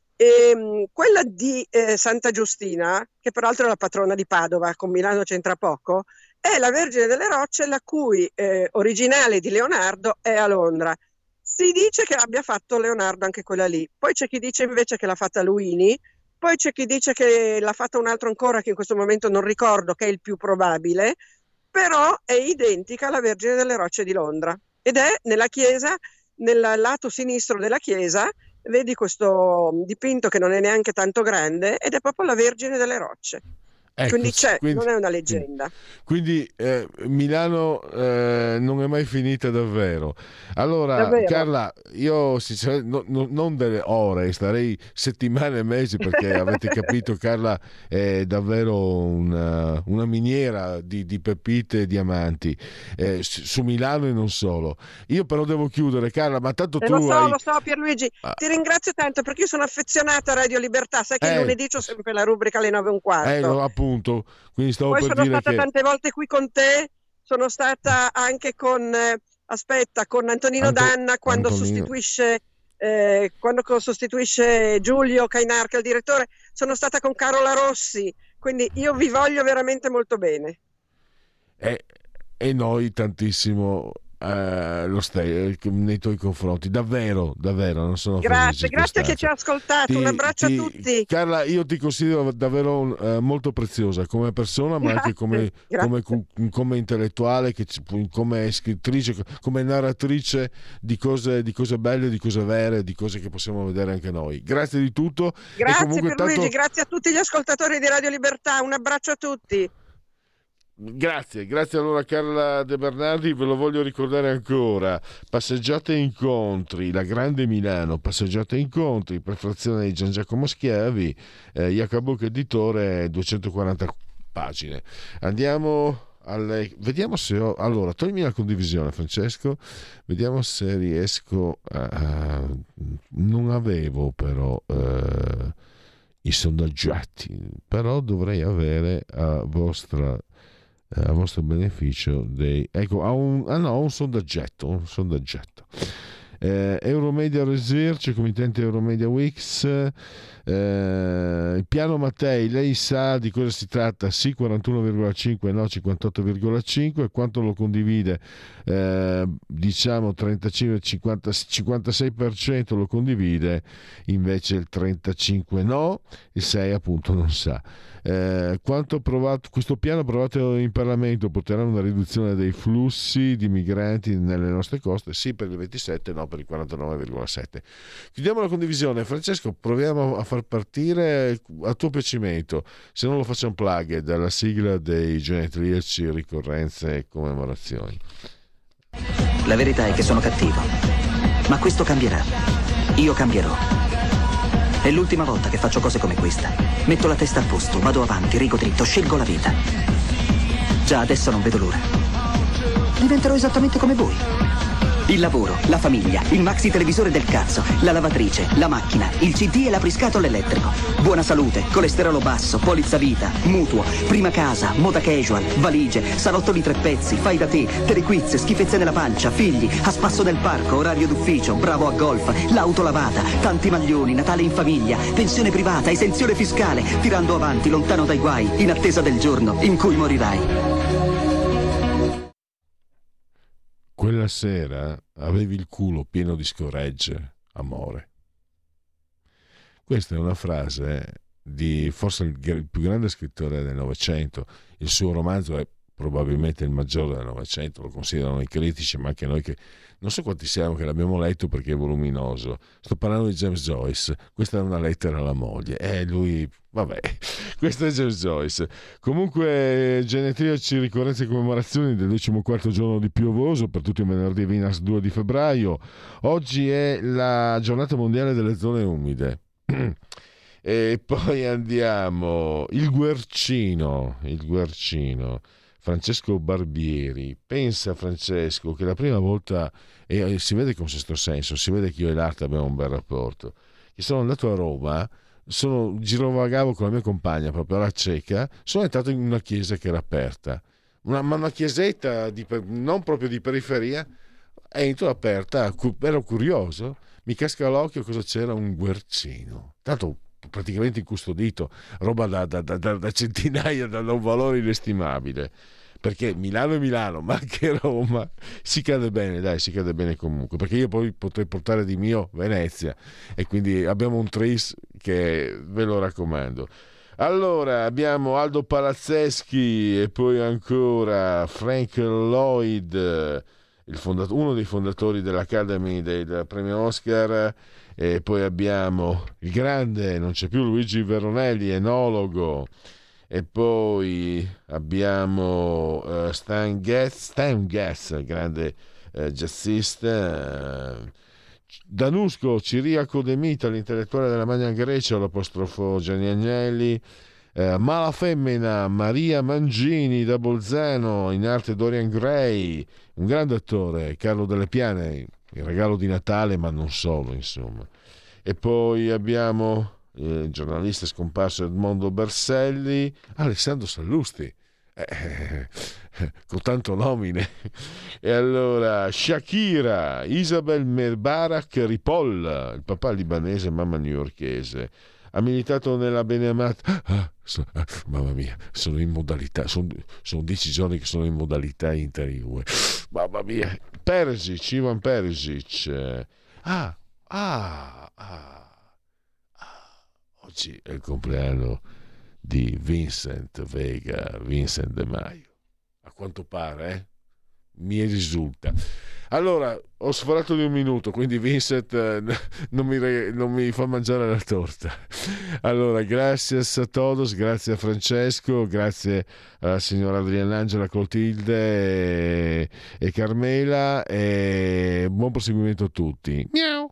E quella di Santa Giustina, che peraltro è la patrona di Padova, con Milano c'entra poco, è la Vergine delle Rocce, la cui originale di Leonardo è a Londra. Si dice che abbia fatto Leonardo anche quella lì, poi c'è chi dice invece che l'ha fatta Luini, poi c'è chi dice che l'ha fatta un altro ancora che in questo momento non ricordo, che è il più probabile, però è identica alla Vergine delle Rocce di Londra ed è nella chiesa, nel lato sinistro della chiesa, vedi questo dipinto che non è neanche tanto grande ed è proprio la Vergine delle Rocce. Ecco, quindi c'è, quindi, non è una leggenda. Quindi Milano non è mai finita davvero. Allora, Davvero? Carla, io sinceramente non delle ore, starei settimane e mesi, perché avete capito, Carla è davvero una miniera di pepite e diamanti su Milano e non solo. Io però devo chiudere, Carla, ma tanto tu Lo so Pierluigi, ti ringrazio tanto perché io sono affezionata a Radio Libertà, sai che il lunedì c'ho sempre la rubrica alle 9:15. Appunto, quindi stavo Poi per sono dire stata che tante volte qui con te, sono stata anche con Antonino Danna quando sostituisce Giulio Cainarca, il direttore, sono stata con Carola Rossi, quindi io vi voglio veramente molto bene. E noi tantissimo nei tuoi confronti, davvero non sono grazie a chi ci ha ascoltato, un abbraccio a tutti. Carla, io ti considero davvero molto preziosa come persona, ma anche come intellettuale, come scrittrice, come narratrice di cose belle, di cose vere, di cose che possiamo vedere anche noi. Grazie di tutto. Grazie Pierluigi, grazie a tutti gli ascoltatori di Radio Libertà, un abbraccio a tutti. Grazie allora Carla De Bernardi, ve lo voglio ricordare ancora: Passeggiate e incontri, la grande Milano, Passeggiate e incontri, prefazione di Gian Giacomo Schiavi, Jacobo editore, 240 pagine. Andiamo vediamo se allora togli la condivisione, Francesco, vediamo se riesco non avevo però i sondaggiati, però dovrei avere a vostro beneficio un sondaggetto. Euromedia Research, committente Euromedia Wix, il piano Mattei, lei sa di cosa si tratta? Sì 41,5, no 58,5, quanto lo condivide? Diciamo 56% lo condivide, invece il 35% no, il 6% appunto non sa. Quanto approvato questo piano approvato in Parlamento porterà una riduzione dei flussi di migranti nelle nostre coste? Sì per il 27%, no per il 49,7%. Chiudiamo la condivisione. Francesco, proviamo a far partire a tuo piacimento, se non lo facciamo plug, dalla sigla dei genetriaci, ricorrenze e commemorazioni. La verità è che sono cattivo, ma questo cambierà. Io cambierò. È l'ultima volta che faccio cose come questa. Metto la testa a posto, vado avanti, rigo dritto, scelgo la vita. Già adesso non vedo l'ora. Diventerò esattamente come voi. Il lavoro, la famiglia, il maxi televisore del cazzo, la lavatrice, la macchina, il CD e l'apriscatole elettrico. Buona salute, colesterolo basso, polizza vita, mutuo, prima casa, moda casual, valigie, salottoli 3 pezzi, fai da te, telequiz, schifezze nella pancia, figli, a spasso nel parco, orario d'ufficio, bravo a golf, l'auto lavata, tanti maglioni, Natale in famiglia, pensione privata, esenzione fiscale, tirando avanti, lontano dai guai, in attesa del giorno in cui morirai. Quella sera avevi il culo pieno di scoregge, amore. Questa è una frase di forse il più grande scrittore del Novecento. Il suo romanzo è probabilmente il maggiore del Novecento, lo considerano i critici, ma anche noi che non so quanti siamo che l'abbiamo letto perché è voluminoso. Sto parlando di James Joyce. Questa è una lettera alla moglie lui, vabbè, questo è James Joyce. Comunque, genetriaci, ricorrenze e commemorazioni del 14° giorno di piovoso per tutti i venerdì Vinas 2 di febbraio. Oggi è la giornata mondiale delle zone umide. E poi andiamo il Guercino. Francesco Barbieri. Pensa, Francesco, che la prima volta, e si vede con Sesto Senso, si vede che io e l'arte abbiamo un bel rapporto, che sono andato a Roma, girovagavo con la mia compagna proprio alla cieca, sono entrato in una chiesa che era aperta, una chiesetta non proprio di periferia, entro aperta, ero curioso, mi casca l'occhio cosa c'era, un Guercino, tanto praticamente incustodito, roba da centinaia, da un valore inestimabile, perché Milano è Milano, ma anche Roma si cade bene comunque, perché io poi potrei portare di mio Venezia e quindi abbiamo un tris che ve lo raccomando. Allora abbiamo Aldo Palazzeschi e poi ancora Frank Lloyd, uno dei fondatori dell'Academy del premio Oscar, e poi abbiamo il grande, non c'è più, Luigi Veronelli, enologo, E poi abbiamo Stan Getz, grande jazzista. Danusco Ciriaco De Mita, l'intellettuale della Magna Grecia, l'apostrofo Gianni Agnelli. Mala Femmina Maria Mangini da Bolzano, in arte Dorian Gray, un grande attore, Carlo Delle Piane, il regalo di Natale, ma non solo, insomma. E poi abbiamo il giornalista scomparso Edmondo Berselli, Alessandro Sallusti, con tanto nomine. E allora Shakira, Isabel Mebarak Ripoll, il papà libanese, mamma newyorkese. Ha militato nella beneamata mamma mia, sono in modalità, sono 10 giorni che sono in modalità interlingue, mamma mia. Perisic, Ivan Perisic. Oggi è il compleanno di Vincent Vega, Vincent De Maio, a quanto pare, mi risulta. Allora, ho sforato di un minuto, quindi Vincent non mi fa mangiare la torta. Allora, grazie a todos, grazie a Francesco, grazie alla signora Adrianangela, Clotilde e Carmela, e buon proseguimento a tutti. Miau.